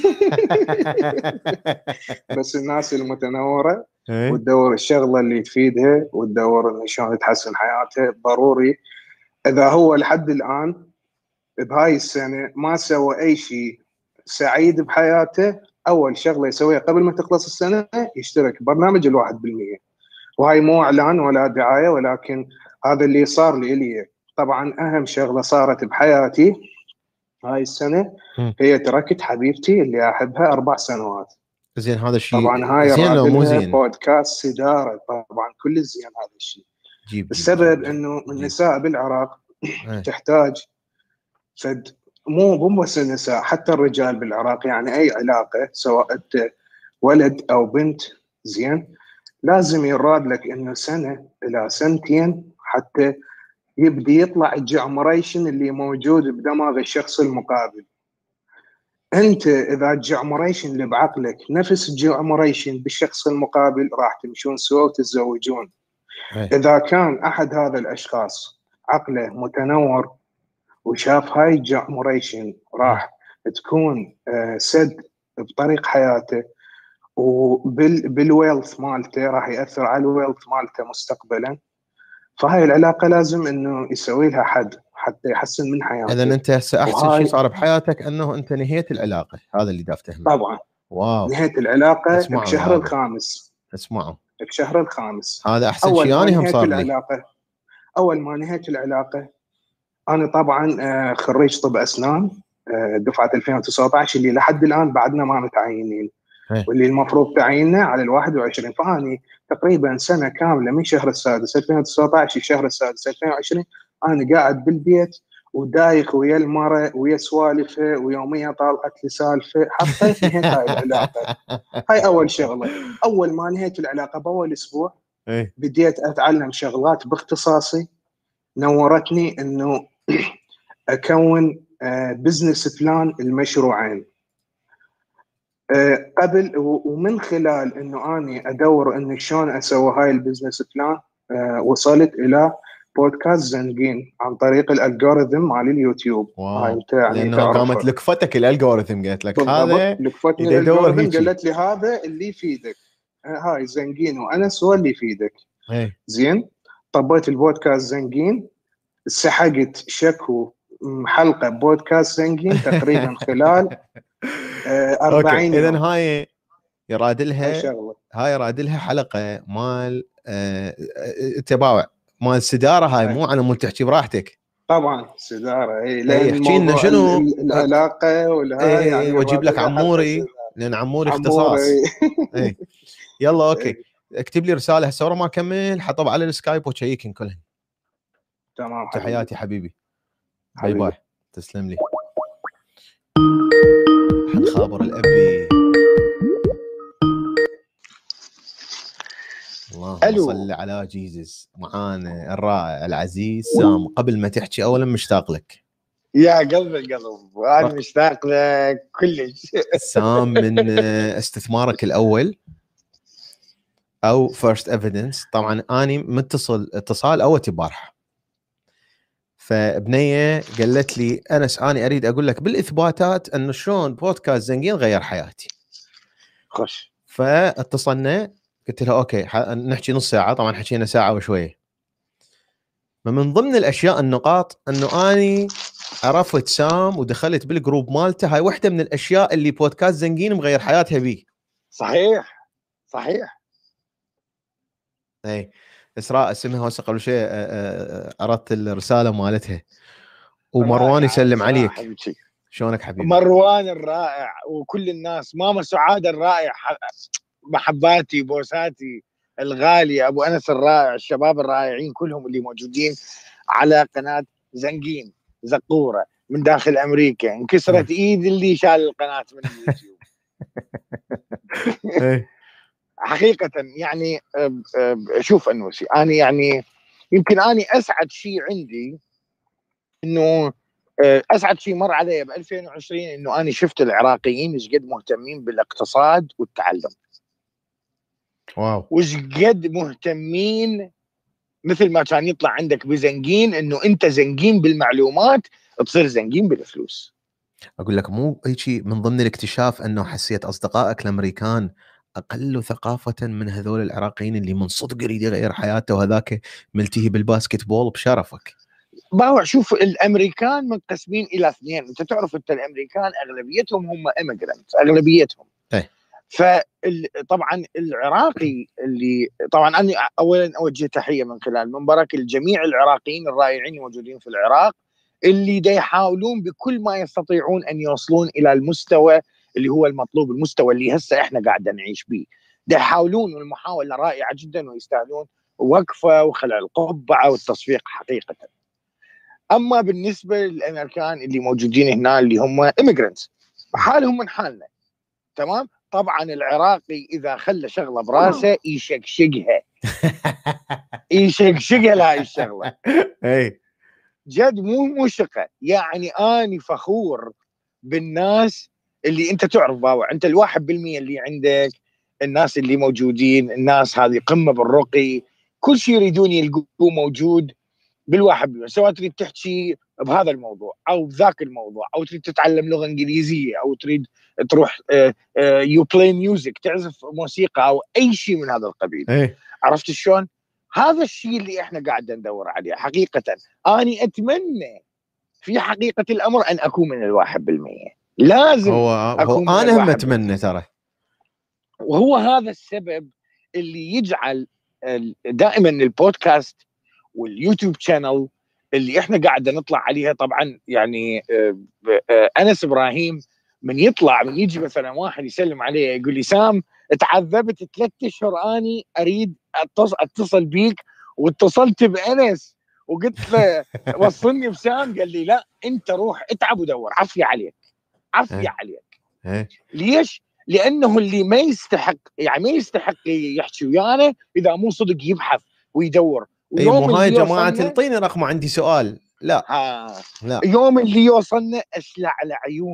بس الناس المتنوره وتدور الشغله اللي تفيدها وتدور انه شلون تحسن حياتها ضروري. اذا هو لحد الان بهاي السنه ما سوى اي شيء سعيد بحياته، اول شغله يسويها قبل ما تخلص السنه يشترك برنامج ال1%. وهاي مو اعلان ولا دعايه، ولكن هذا اللي صار لي. طبعا اهم شغله صارت بحياتي هاي السنه هي تركت حبيبتي اللي احبها 4 سنوات. زين هذا الشيء طبعا هاي زين لو مو زين؟ بودكاست سداره طبعا كل الزين هذا الشيء. السبب انه النساء بالعراق تحتاج فد مو بس النساء، حتى الرجال بالعراق يعني اي علاقه سواء انت ولد او بنت زين لازم يراد لك انه سنه الى سنتين حتى يبدي يطلع الجعمريشن اللي موجود بدماغ الشخص المقابل. انت اذا الجعمريشن اللي بعقلك نفس الجعمريشن بالشخص المقابل راح تمشون سوا وتتزوجون. اذا كان احد هذا الاشخاص عقله متنور وشاف هاي الجعمريشن راح تكون سد بطريق حياته وبالويلث مالته راح ياثر على الويلث مالته مستقبلا. فهاي العلاقه لازم انه يسوي لها حد حتى يحسن من حياته. اذا انت هسه احسن شيء صار بحياتك انه انت نهيت العلاقه، هذا اللي دافتهم. طبعا واو. نهيت العلاقه بشهر الخامس. اسمعوا بشهر الخامس هذا احسن شيء انا هم صار لي. اول ما نهيت العلاقه انا طبعا خريج طب اسنان دفعه 2019 اللي لحد الان بعدنا ما متعينين واللي المفروض تعييننا على ال21. فاني تقريبا سنه كامله من شهر السادس 2019 لشهر السادس 2020 انا قاعد بالبيت ودايخ ويا المرة ويا سوالفه ويوميا طالعت لي سالفه. حطيت نهيت هاي العلاقه. هاي اول شغله. اول ما نهيت العلاقه باول اسبوع بديت اتعلم شغلات باختصاصي نورتني انه اكون بزنس بلان المشروعين قبل. ومن خلال انه اني ادور انه شلون اسوي هاي البزنس بلان وصلت الى بودكاست زنقين عن طريق الالجوريثم مال اليوتيوب. هاي انت يعني لانه قامت لكفتك الالجوريثم قالت لك هذا لكفتني الالجوريثم قالت لي هذا اللي يفيدك. هاي زنقين وانس هو اللي يفيدك. زين طبيت البودكاست زنقين سحقت شكو حلقه بودكاست زنقين تقريبا خلال 40 يوم. اذا هاي يراد لها حلقه مال التباوع مال سداره. هاي مو انا مو تحكي براحتك. طبعا سداره احكي لنا شنو العلاقه والهاي يعني واجيب لك عموري لان عموري اختصاص. يلا اوكي اكتب لي رساله هسه ورا ما اكمل حطب على السكايب وتشيكن كلهن. تمام تحياتي حبيبي. باي باي. تسلم لي. حنخابر الابي. اللهم صل على جيزس. معانا الرائع العزيز سام. قبل ما تحكي اولا مشتاق لك يا قلب القلب، وانا مشتاق لك كلش. سام من استثمارك الاول او فيرست ايفيدنس. طبعا اني متصل اتصال اول بارحه، فبنيه قالت لي انس اني اريد اقول لك بالاثباتات انه شلون بودكاست زنقين غير حياتي. خش. فاتصلنا قلت لها اوكي نحكي نص ساعه، طبعا حكينا ساعه وشويه. فمن ضمن الاشياء النقاط انه اني عرفت سام ودخلت بالجروب مالته. هاي واحده من الاشياء اللي بودكاست زنقين مغير حياتها بيه. صحيح صحيح. اي اسراء اسمها هسه قبل شيء اردت الرساله مالتها. ومروان يسلم عليك. شلونك حبيبي؟ مروان الرائع وكل الناس. ماما سعاده الرائع، محباتي بوساتي الغاليه، ابو انس الرائع، الشباب الرائعين كلهم اللي موجودين على قناه زنقين زقوره من داخل امريكا. انكسرت ايد اللي شال القناه من اليوتيوب. حقيقه يعني شوف انوسي، انا يعني يمكن اني اسعد شيء عندي انه اسعد شيء مر علي ب 2020 انه انا شفت العراقيين ايش قد مهتمين بالاقتصاد والتعلم. واو. وايش قد مهتمين مثل ما كان يطلع عندك بزنقين انه انت زنقين بالمعلومات تصير زنقين بالفلوس. اقول لك مو هيك من ضمن الاكتشاف انه حسيت اصدقائك الامريكان اقل ثقافه من هذول العراقيين اللي من صدق يريد يغير حياته وهذاك ملتهي بالباسكت بول بشرفك. باوع شوف الامريكان منقسمين الى اثنين. انت تعرف انت الامريكان اغلبيتهم هم immigrants اغلبيتهم. فطبعا العراقي اللي طبعا انا اولا اوجه تحيه من خلال منبرك لجميع العراقيين الرائعين الموجودين في العراق اللي دا يحاولون بكل ما يستطيعون ان يوصلون الى المستوى اللي هو المطلوب، المستوى اللي هسه احنا قاعدين نعيش به. دا يحاولون والمحاوله رائعه جدا ويستاهلون وقفه وخلع القبعه والتصفيق حقيقه. اما بالنسبه للامريكان اللي موجودين هنا اللي هم immigrants حالهم من حالنا تمام. طبعا العراقي اذا خلى شغله براسه يشقشقها يشقشقها لهاي الشغله. جد مو شقه. يعني اني فخور بالناس اللي انت تعرف باوع، انت ال1% اللي عندك، الناس اللي موجودين، الناس هذه قمه بالرقي، كل شيء يريدون يلقوه موجود بال1%. سواء تريد تحكي بهذا الموضوع او بذاك الموضوع، او تريد تتعلم لغه انجليزيه، او تريد تروح يو بلاي ميوزك تعزف موسيقى او اي شيء من هذا القبيل. عرفت شلون؟ هذا الشيء اللي احنا قاعد ندور عليه حقيقه. اني اتمنى في حقيقه الامر ان اكون من ال1%. لازم أكون انا هم اتمنى ترى. وهو هذا السبب اللي يجعل دائما البودكاست واليوتيوب شانل اللي احنا قاعده نطلع عليها. طبعا يعني انس ابراهيم من يطلع من يجي مثلا واحد يسلم عليه يقول لي سام تعذبت 3 أشهر اني اريد اتصل بيك، واتصلت بانس وقلت له وصلني بسام، قال لي لا انت روح اتعب ودور، عافيه عليك عافيه عليك. ليش؟ لانه اللي ما يستحق يعني ما يستحق يحكي ويانا اذا مو صدق يبحث ويدور. مو هاي جماعه تلطيني رقم عندي سؤال. لا لا يوم اللي يوصلنا اشلع على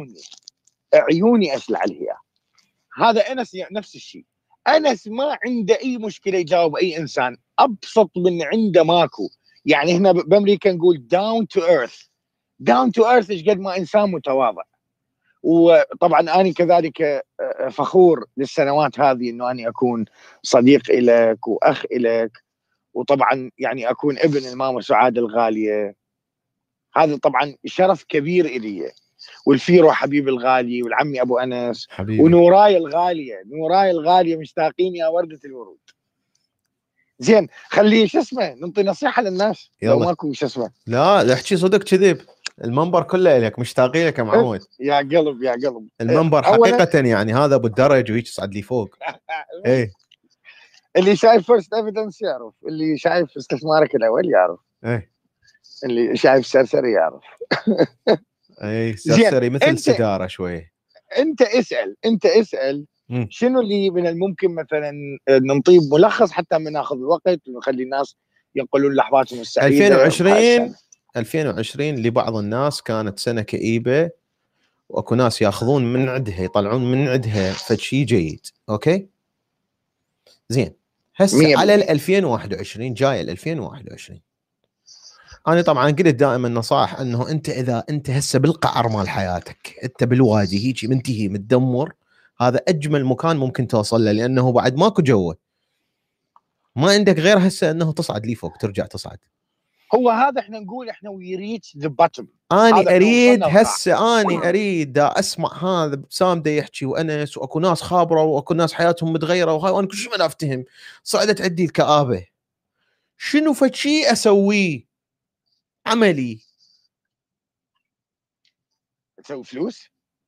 عيوني اشلع عليها. هذا انس نفس الشيء. انس ما عنده اي مشكله يجاوب اي انسان، ابسط من عنده ماكو. يعني هنا بامريكا نقول داون تو ايرث. داون تو ايرث ايش قد ما انسان متواضع. وطبعا انا كذلك فخور للسنوات هذه انه اني اكون صديق لك واخ لك، وطبعا يعني اكون ابن الماما سعاد الغاليه. هذا طبعا شرف كبير الي. والفيرو حبيب الغالي، والعمي ابو انس حبيبي. ونوراي الغاليه مشتاقين يا ورده الورود. زين خليه شو اسمه نعطي نصيحه للناس. لو ماكو شو اسمه لا احكي صدق كذب. المنبر كله لك، مشتاقين لك يا معود. يا قلب يا قلب. المنبر حقيقه يعني هذا ابو الدرج وهيك صعد لي فوق. اللي شايف فيرست ايفيدنس يعرف، اللي شايف استثمارك الاول يعرف. اللي شايف سرسري يعرف. اي سرسري مثل سداره شوي. انت اسال شنو اللي من الممكن مثلا نطيب ملخص حتى ما ناخذ الوقت ونخلي الناس ينقلون لحظاتهم السعيده. 2020 لبعض الناس كانت سنه كئيبه، واكو ناس ياخذون من عندها يطلعون من عندها فد شيء جيد. اوكي زين. هسه على 2021 جاي 2021. انا طبعا قلت دائما نصائح انه انت اذا انت هسه بالقعر مال حياتك، انت بالوادي هيجي منتهي متدمر، هذا اجمل مكان ممكن توصل له، لانه بعد ماكو جوه، ما عندك غير هسه انه تصعد لي فوق، ترجع تصعد. هو هذا احنا نقول احنا وي ريتش ذا باتم. اني اريد هسه اني اريد دا اسمع هذا بسام دا يحكي وانس، واكو ناس خابره واكو ناس حياتهم متغيره، وهاي وانا كل شيء ما افتهم. صعدت عندي الكآبه، شنو فد شيء اسويه عملي؟ تسوي فلوس؟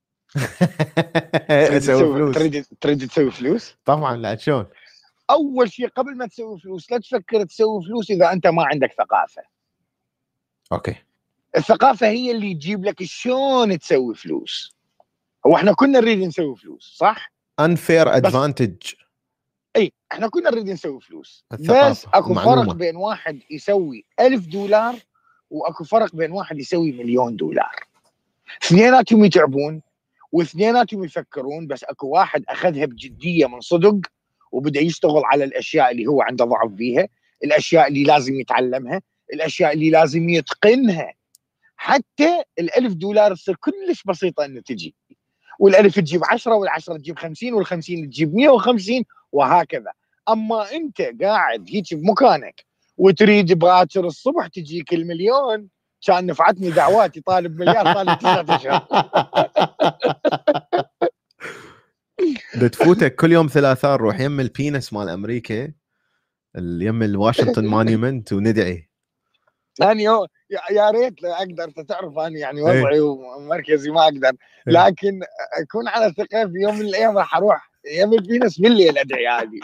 اسوي فلوس؟ تريد تسوي فلوس؟ طبعا. لا شلون؟ اول شيء قبل ما تسوي فلوس لا تفكر تسوي فلوس اذا انت ما عندك ثقافه. اوكي. الثقافه هي اللي تجيب لك شلون تسوي فلوس. هو احنا كنا نريد نسوي فلوس صح؟ unfair advantage. اي احنا كنا نريد نسوي فلوس، بس اكو فرق بين واحد يسوي $1000 واكو فرق بين واحد يسوي $1,000,000. اثنيناتهم يتعبون واثنيناتهم يفكرون، بس اكو واحد اخذها بجديه من صدق وبدا يشتغل على الاشياء اللي هو عنده ضعف فيها، الاشياء اللي لازم يتعلمها، الاشياء اللي لازم يتقنها. حتى $1000 تصير كلش بسيطه انه تجي، والالف تجيب 10 والعشرة تجيب 50 والخمسين تجيب 150 وهكذا. اما انت قاعد هيك بمكانك وتريد باكر الصبح تجيك $1,000,000، كان نفعتني دعواتي طالب مليار طالب 9 اشهر. تفوتك كل يوم ثلاثاء نروح يم البينس مال امريكا، يم الواشنطن مونيومنت وندعي. يعني يا ريت لو اقدر، تعرف انا يعني وضعي ومركزي ما اقدر، لكن اكون على ثقه في يوم من الايام راح اروح يم البينس بالليل ادعي عادي.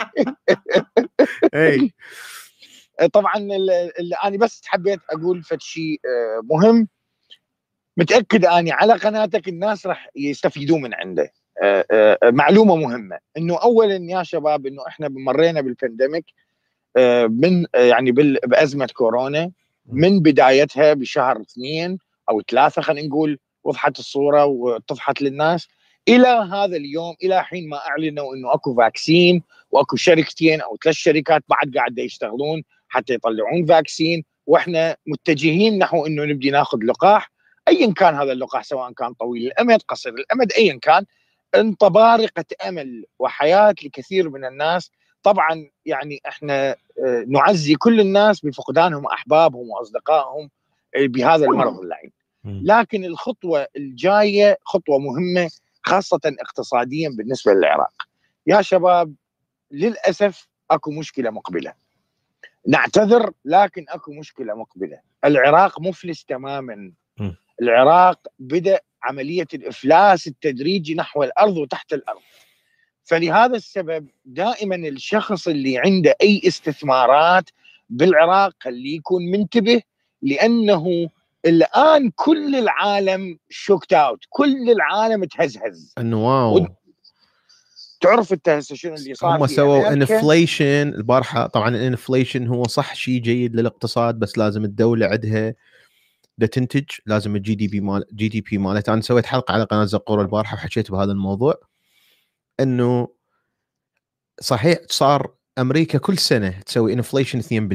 اي طبعا انا بس حبيت اقول فد شيء مهم، متاكد اني على قناتك الناس راح يستفيدون من عنده. معلومه مهمه انه اولا يا شباب انه احنا مرينا بالبانديميك من يعني بازمه كورونا من بدايتها بشهر 2 أو 3 خلينا نقول وضحت الصوره واتضحت للناس الى هذا اليوم، الى حين ما اعلنوا انه اكو فاكسين واكو شركتين او 3 شركات بعد قاعده يشتغلون حتى يطلعون فاكسين، واحنا متجهين نحو انه نبدي ناخذ لقاح ايا كان هذا اللقاح، سواء كان طويل الامد قصير الامد ايا كان، انت بارقه امل وحياه لكثير من الناس. طبعا يعني احنا نعزي كل الناس بفقدانهم احبابهم واصدقائهم بهذا المرض اللعين، لكن الخطوه الجايه خطوه مهمه خاصه اقتصاديا بالنسبه للعراق. يا شباب للاسف اكو مشكله مقبله، نعتذر لكن اكو مشكله مقبله. العراق مفلس تماما. العراق بدأ عمليه الافلاس التدريجي نحو الارض وتحت الارض. فلهذا السبب دائما الشخص اللي عنده اي استثمارات بالعراق خليه يكون منتبه، لانه الان كل العالم شوكت اوت، كل العالم تهزهز. انه واو تعرف انت هسه شنو اللي صار؟ هم سووا انفليشن البارحه. طبعا الانفليشن هو صح شيء جيد للاقتصاد، بس لازم الدوله عندها تنتج، لازم الجي دي بي مالتها. انا سويت حلقه على قناه زقوره البارحه وحكيت بهذا الموضوع، انه صحيح صار امريكا كل سنه تسوي انفليشن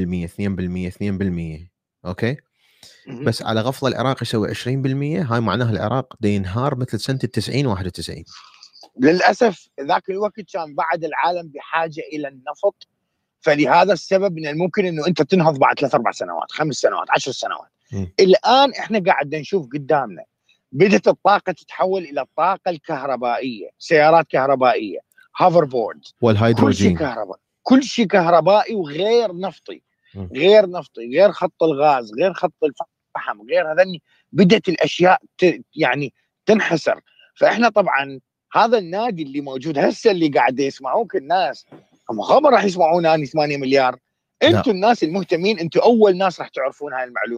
2%. اوكي، بس على غفله العراق يسوي 20%. هاي معناها العراق دا ينهار مثل سنه 90 91. للاسف ذاك الوقت كان بعد العالم بحاجه الى النفط، فلهذا السبب من الممكن انه انت تنهض بعد 3 4 سنوات 5 سنوات 10 سنوات. الان احنا قاعد نشوف قدامنا بدت الطاقه تتحول الى الطاقه الكهربائيه، سيارات كهربائيه، هوفر بورد، والهيدروجين، كل شيء كهربائي وغير نفطي. غير نفطي، غير خط الغاز، غير خط الفحم، غير هذني بدت الاشياء يعني تنحسر. فاحنا طبعا هذا النادي اللي موجود هسه اللي قاعد يسمعوك الناس، هم ما راح يسمعون اني 8 مليار. انتم الناس المهتمين، انتم اول ناس راح تعرفون هاي المعلومه،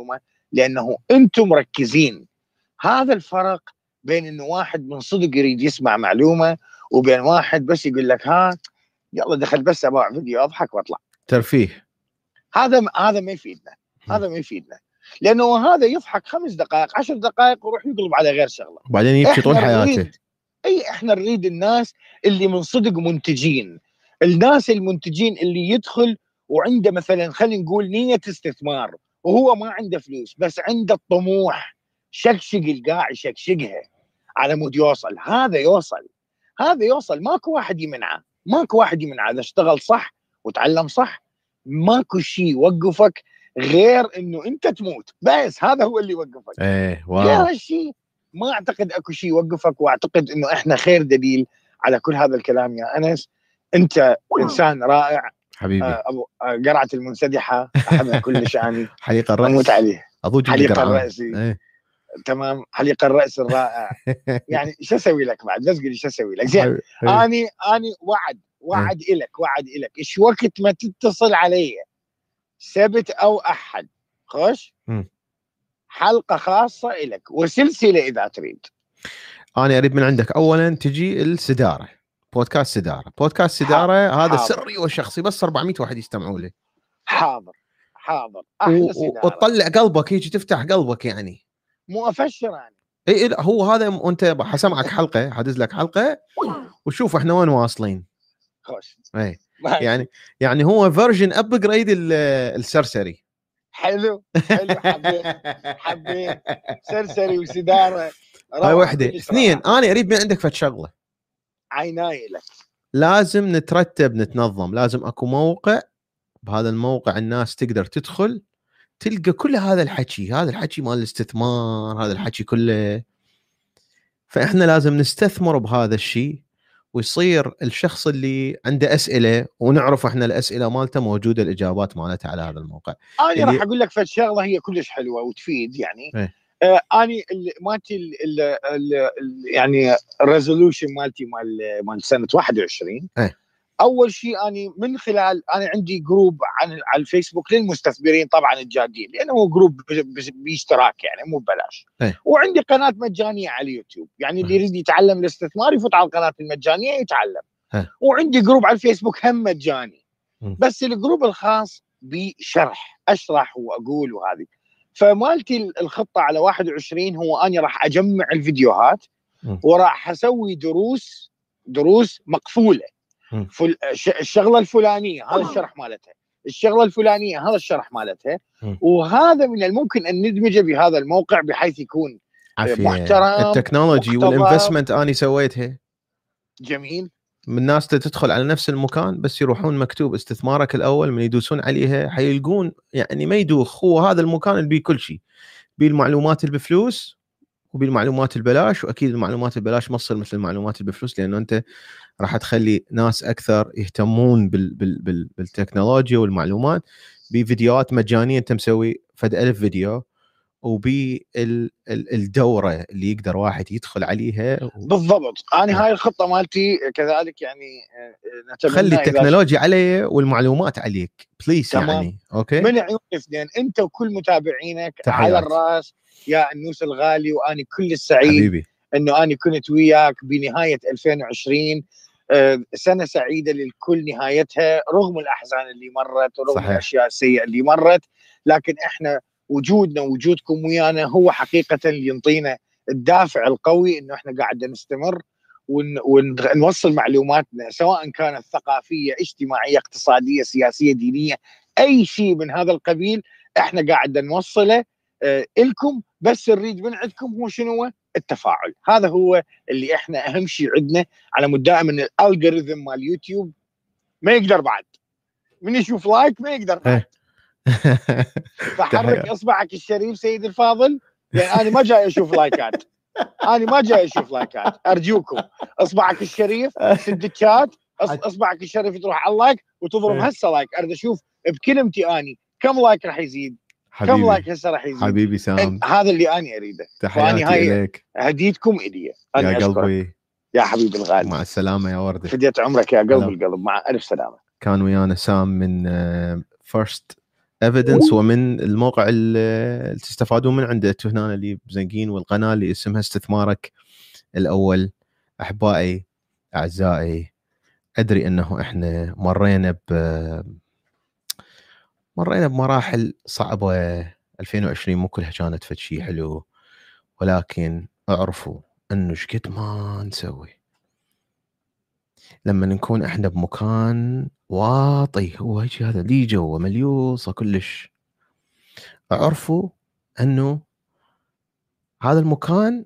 لانه انتم مركزين. هذا الفرق بين انه واحد من صدق يريد يسمع معلومه وبين واحد بس يقول لك ها يلا دخل بس ابغى فيديو اضحك واطلع ترفيه. هذا ما يفيدنا، هذا ما يفيدنا، لانه هذا يضحك 5 دقائق 10 دقائق ويروح يقلب على غير شغله وبعدين يبكي طول حياته. احنا نريد الناس اللي من صدق منتجين، الناس المنتجين اللي يدخل وعنده مثلا خلينا نقول نية استثمار وهو ما عنده فلوس بس عنده الطموح، شكشق القاع يشكشقها على مود يوصل. هذا يوصل ماكو واحد يمنعه، اذا اشتغل صح وتعلم صح ماكو شيء يوقفك غير انه انت تموت، بس هذا هو اللي يوقفك. غير هالشيء ما اعتقد اكو شيء يوقفك. واعتقد انه احنا خير دليل على كل هذا الكلام يا انس. انت انسان رائع حبيبي. ابو قرعه المنسدحه احبها كلش اني حليق الراس اموت عليه. حليق الراس تمام، حليق الراس الرائع. يعني شو اسوي لك بعد؟ بس قولي شو اسوي لك. زين اني وعد إلك ايش وقت ما تتصل علي سبت او احد خوش حلقه خاصه إلك وسلسله اذا تريد. انا اريد من عندك اولا تجي السداره، بودكاست سداره هذا سري وشخصي بس 400 واحد يستمعوا له. حاضر احلى سداره وتطلع قلبك هيك تفتح قلبك يعني مو افشر يعني. اي هو هذا. وانت حسمعك حلقه حدز لك حلقه وشوف احنا وين واصلين. خوش اي يعني هو فيرجن ابجريد السرسري. حلو حبيت سرسري وسداره. هاي وحده. اثنين، انا اريد من عندك فد شغله. عيناي لك. لازم نترتب نتنظم، لازم اكو موقع، بهذا الموقع الناس تقدر تدخل تلقى كل هذا الحكي مال الاستثمار، هذا الحكي كله. فاحنا لازم نستثمر بهذا الشيء ويصير الشخص اللي عنده اسئله ونعرف احنا الاسئله مالته موجوده الاجابات مالتها على هذا الموقع. انا راح اقول لك فد شغله هي كلش حلوه وتفيد يعني. اني مالتي يعني الريزولوشن مالتي مال سنه 21. اول شيء اني من خلال انا عندي جروب على الفيسبوك للمستثمرين طبعا الجادين، لانه هو جروب باشتراك يعني مو ببلاش. وعندي قناه مجانيه على اليوتيوب، يعني اللي يريد يتعلم الاستثمار يفوت على القناه المجانيه يتعلم. وعندي جروب على الفيسبوك هم مجاني، بس الجروب الخاص بشرح اشرح واقول وهذه. فمالتي الخطه على 21 هو اني راح اجمع الفيديوهات وراح اسوي دروس مقفوله. الشغله الفلانيه هذا الشرح مالتها، الشغله الفلانيه هذا الشرح مالتها. وهذا من الممكن ان ندمجه بهذا الموقع بحيث يكون محترم. التكنولوجي والانفستمنت اني سويتها جميل. من الناس تدخل على نفس المكان بس يروحون مكتوب استثمارك الاول، من يدوسون عليها حيلقون يعني ما يدوخ. هو هذا المكان اللي بيه كل شيء، بيه المعلومات اللي بفلوس وبيه المعلومات البلاش. واكيد المعلومات البلاش ما تصير مثل المعلومات اللي بفلوس، لانه انت راح تخلي ناس اكثر يهتمون بالتكنولوجيا والمعلومات بفيديوهات مجانيه. انت مسوي فد 1000 فيديو وبالدوره اللي يقدر واحد يدخل عليها بالضبط. انا هاي الخطه مالتي كذلك يعني خلي التكنولوجيا علي والمعلومات عليك بليز. يعني اوكي من عيون اثنين انت وكل متابعينك تحيات. على الراس يا النوس الغالي. واني كل السعيد حبيبي انه اني كنت وياك بنهايه 2020. سنه سعيده للكل نهايتها، رغم الاحزان اللي مرت ورغم صحيح. الاشياء السيئه اللي مرت، لكن احنا وجودنا ووجودكم ويانا هو حقيقه اللي ينطينا الدافع القوي انه احنا قاعد نستمر ونوصل معلوماتنا، سواء كانت ثقافيه اجتماعيه اقتصاديه سياسيه دينيه اي شيء من هذا القبيل احنا قاعد نوصله لكم. بس نريد من عندكم هو شنو؟ التفاعل. هذا هو اللي احنا اهم شيء عندنا، على مود دائما الالجوريثم مال يوتيوب ما يقدر بعد من يشوف لايك ما يقدر بعد. فحرك اصبعك الشريف سيد الفاضل، يعني انا ما جاي اشوف لايكات، ارجوكم اصبعك الشريف سد الشات، اصبعك الشريف تروح على اللايك وتضرب هسه لايك. اريد اشوف بكلمتي اني كم لايك راح يزيد، كم لايك هسه راح يزيد. حبيبي سام، هذا اللي انا اريده. تحياتي لك، هديتكم الي يا قلبي يا حبيبي الغالي. مع السلامه يا ورده، فديت عمرك يا قلب القلب. مع الف سلامه. كان ويانا سام من فيرست ايفيدنس ومن الموقع اللي تستفادون من عنده انتم هنا اللي بزنقين، والقناه اللي اسمها استثمارك الاول. احبائي اعزائي، ادري انه احنا مرينا بمراحل صعبه. 2020 مو كلها كانت فد شيء حلو، ولكن اعرفوا انه شقد ما نسوي لما نكون احنا بمكان واطي، هو هيك هذا لي جوا مليوصه كلش. اعرفوا انه هذا المكان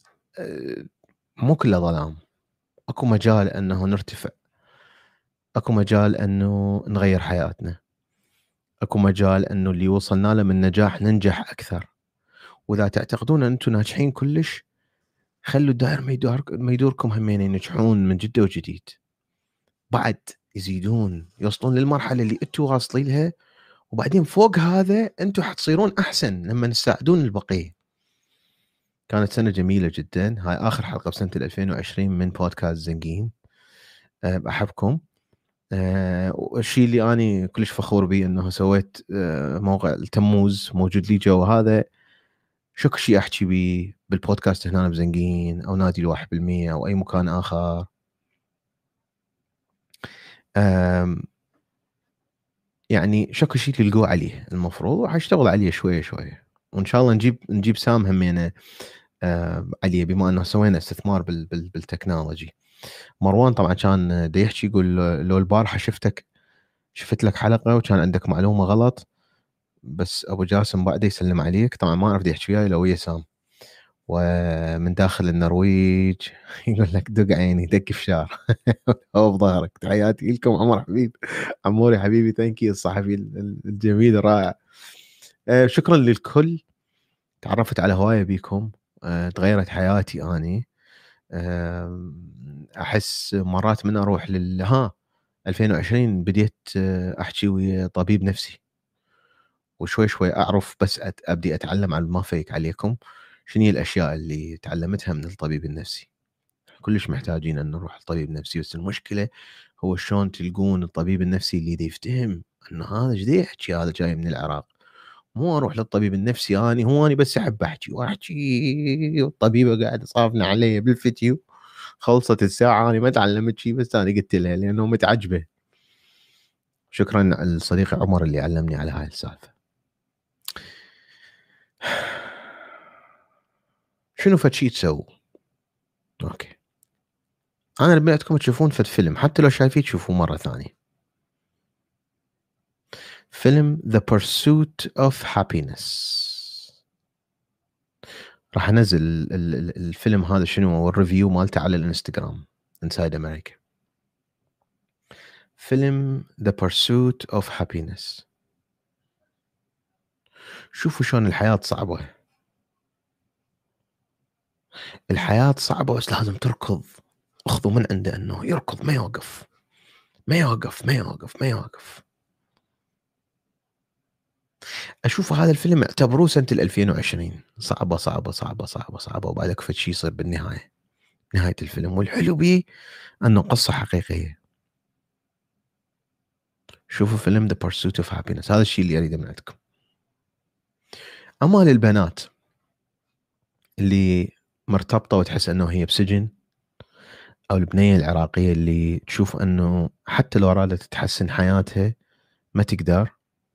مو كله ظلام، اكو مجال انه نرتفع، اكو مجال انه نغير حياتنا، اكو مجال انه اللي وصلنا له من نجاح ننجح اكثر. واذا تعتقدون ان انتم ناجحين كلش، خلوا الدائر ما يدوركم همين ينجحون من جده وجديد، بعد يزيدون يوصلون للمرحله اللي انتم واصلين لها، وبعدين فوق هذا انتم حتصيرون احسن لما تساعدون البقيه. كانت سنه جميله جدا، هاي اخر حلقه بسنه 2020 من بودكاست زنقين. احبكم. الشيء اللي اني كلش فخور به انه سويت موقع التموز موجود لي جوا هذا. شو شيء احكي به بالبودكاست هنا بزنقين او نادي 1% او اي مكان اخر. يعني شكو شيء تلقوه عليه، المفروض وحاشتغل عليه شويه شويه، وان شاء الله نجيب سام همينه عليه، بما انه سوينا استثمار بالتكنولوجي. مروان طبعا كان دا يحكي يقول لو البارحه شفت لك حلقه وكان عندك معلومه غلط، بس ابو جاسم بعده يسلم عليك. طبعا ما اعرف يحكي وياي لو ويا سام، ومن داخل النرويج يقول لك دق عيني دق فشار هو بظهرك. تحياتي لكم. عمر حبيب، عموري حبيبي، ثانك يو الصحفي الجميل الرائع. شكرا للكل، تعرفت على هوايه بيكم، تغيرت حياتي اني. احس مرات من اروح 2020 بديت احكي ويا طبيب نفسي، وشوي شوي اعرف، بس ابدي اتعلم على ما فيك عليكم شنو هي الاشياء اللي تعلمتها من الطبيب النفسي. كلش محتاجين ان نروح لطبيب نفسي، بس المشكله هو شلون تلقون الطبيب النفسي اللي يفتهم انه هذا ايش يحكي، هذا جاي من العراق. مو اروح للطبيب النفسي اني بس احب احكي واحكي، والطبيبه قاعده صافنه علي بالفيديو. خلصت الساعه انا ما تعلمت شيء، بس انا قلت لها لانه متعجبه. شكرا لصديقي عمر اللي علمني على هاي السالفه. شنو فد شيء تسووا؟ اوكي، انا اللي بدكم تشوفون فد فيلم، حتى لو شايفيه تشوفوه مره ثانيه. فيلم The Pursuit of Happiness. راح انزل الفيلم هذا شنو هو الريفيو مالته على الانستغرام Inside America. فيلم The Pursuit of Happiness. شوفوا شلون الحياة صعبة. الحياة صعبة، بس لازم تركض. اخذوا من عنده انه يركض، ما يوقف ما يوقف ما يوقف ما يوقف. اشوف هذا الفيلم اعتبروه سنة 2020 صعبة صعبة صعبة صعبة صعبة، وبعدك فد شيء يصير بالنهاية، نهاية الفيلم. والحلو بيه انه قصة حقيقية. شوفوا فيلم The Pursuit of Happiness، هذا الشيء اللي اريده من عندكم. اما للبنات اللي مرتبطة وتحس انه هي بسجن، او البنية العراقية اللي تشوف انه حتى لو ارادت تحسن حياتها ما تقدر،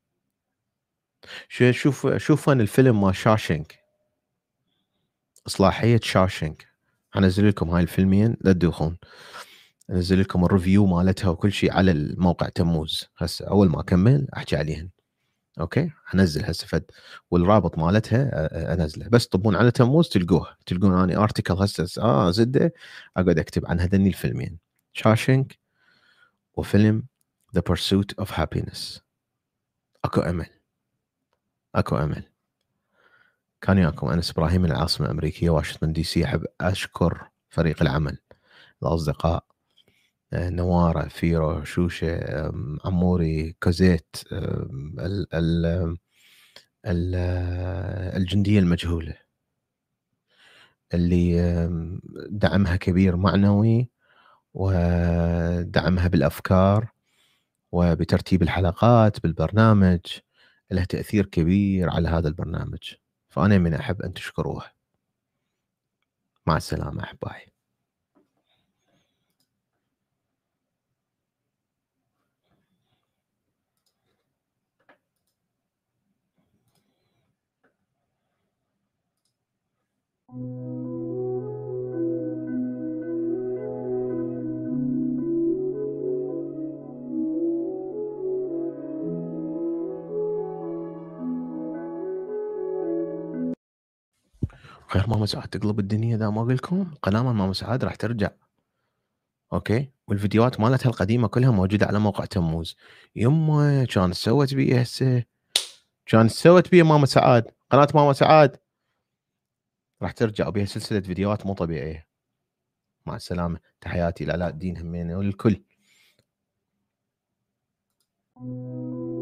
شوف أنا الفيلم مال شاشنك، إصلاحية شاشنك. هنزل لكم هاي الفيلمين لا تدوخون، انزل لكم الريفيو مالتها وكل شيء على الموقع تموز. هسه اول ما اكمل احكي عليهن. اوكي، هنزل هسه فد والرابط مالتها انزله، بس طبون على تموز تلقون اني ارتكل هسه زده اقعد اكتب عن هذني الفيلمين، شاشنك وفيلم The Pursuit of Happiness. اكو امل، اكو امل. كان وياكم انس ابراهيم من العاصمه الامريكيه واشنطن دي سي. احب اشكر فريق العمل، الاصدقاء نوارة، فيرو، شوشه، عموري، كوزيت، الجنديه المجهوله اللي دعمها كبير معنوي، ودعمها بالافكار وبترتيب الحلقات بالبرنامج، لها تأثير كبير على هذا البرنامج، فأنا من أحب أن تشكروه. مع السلامة أحبائي. غير ماما سعاد تقلب الدنيا، ذا ما اقول لكم قناه ماما سعاد راح ترجع. اوكي، والفيديوهات مالتها القديمه كلها موجوده على موقع تموز. يمه كانت سوت بيه هسه، كانت سوت بيه ماما سعاد، قناه ماما سعاد راح ترجع بها سلسله فيديوهات مو طبيعيه. مع السلامه، تحياتي لعلاء الدين همينه والكل.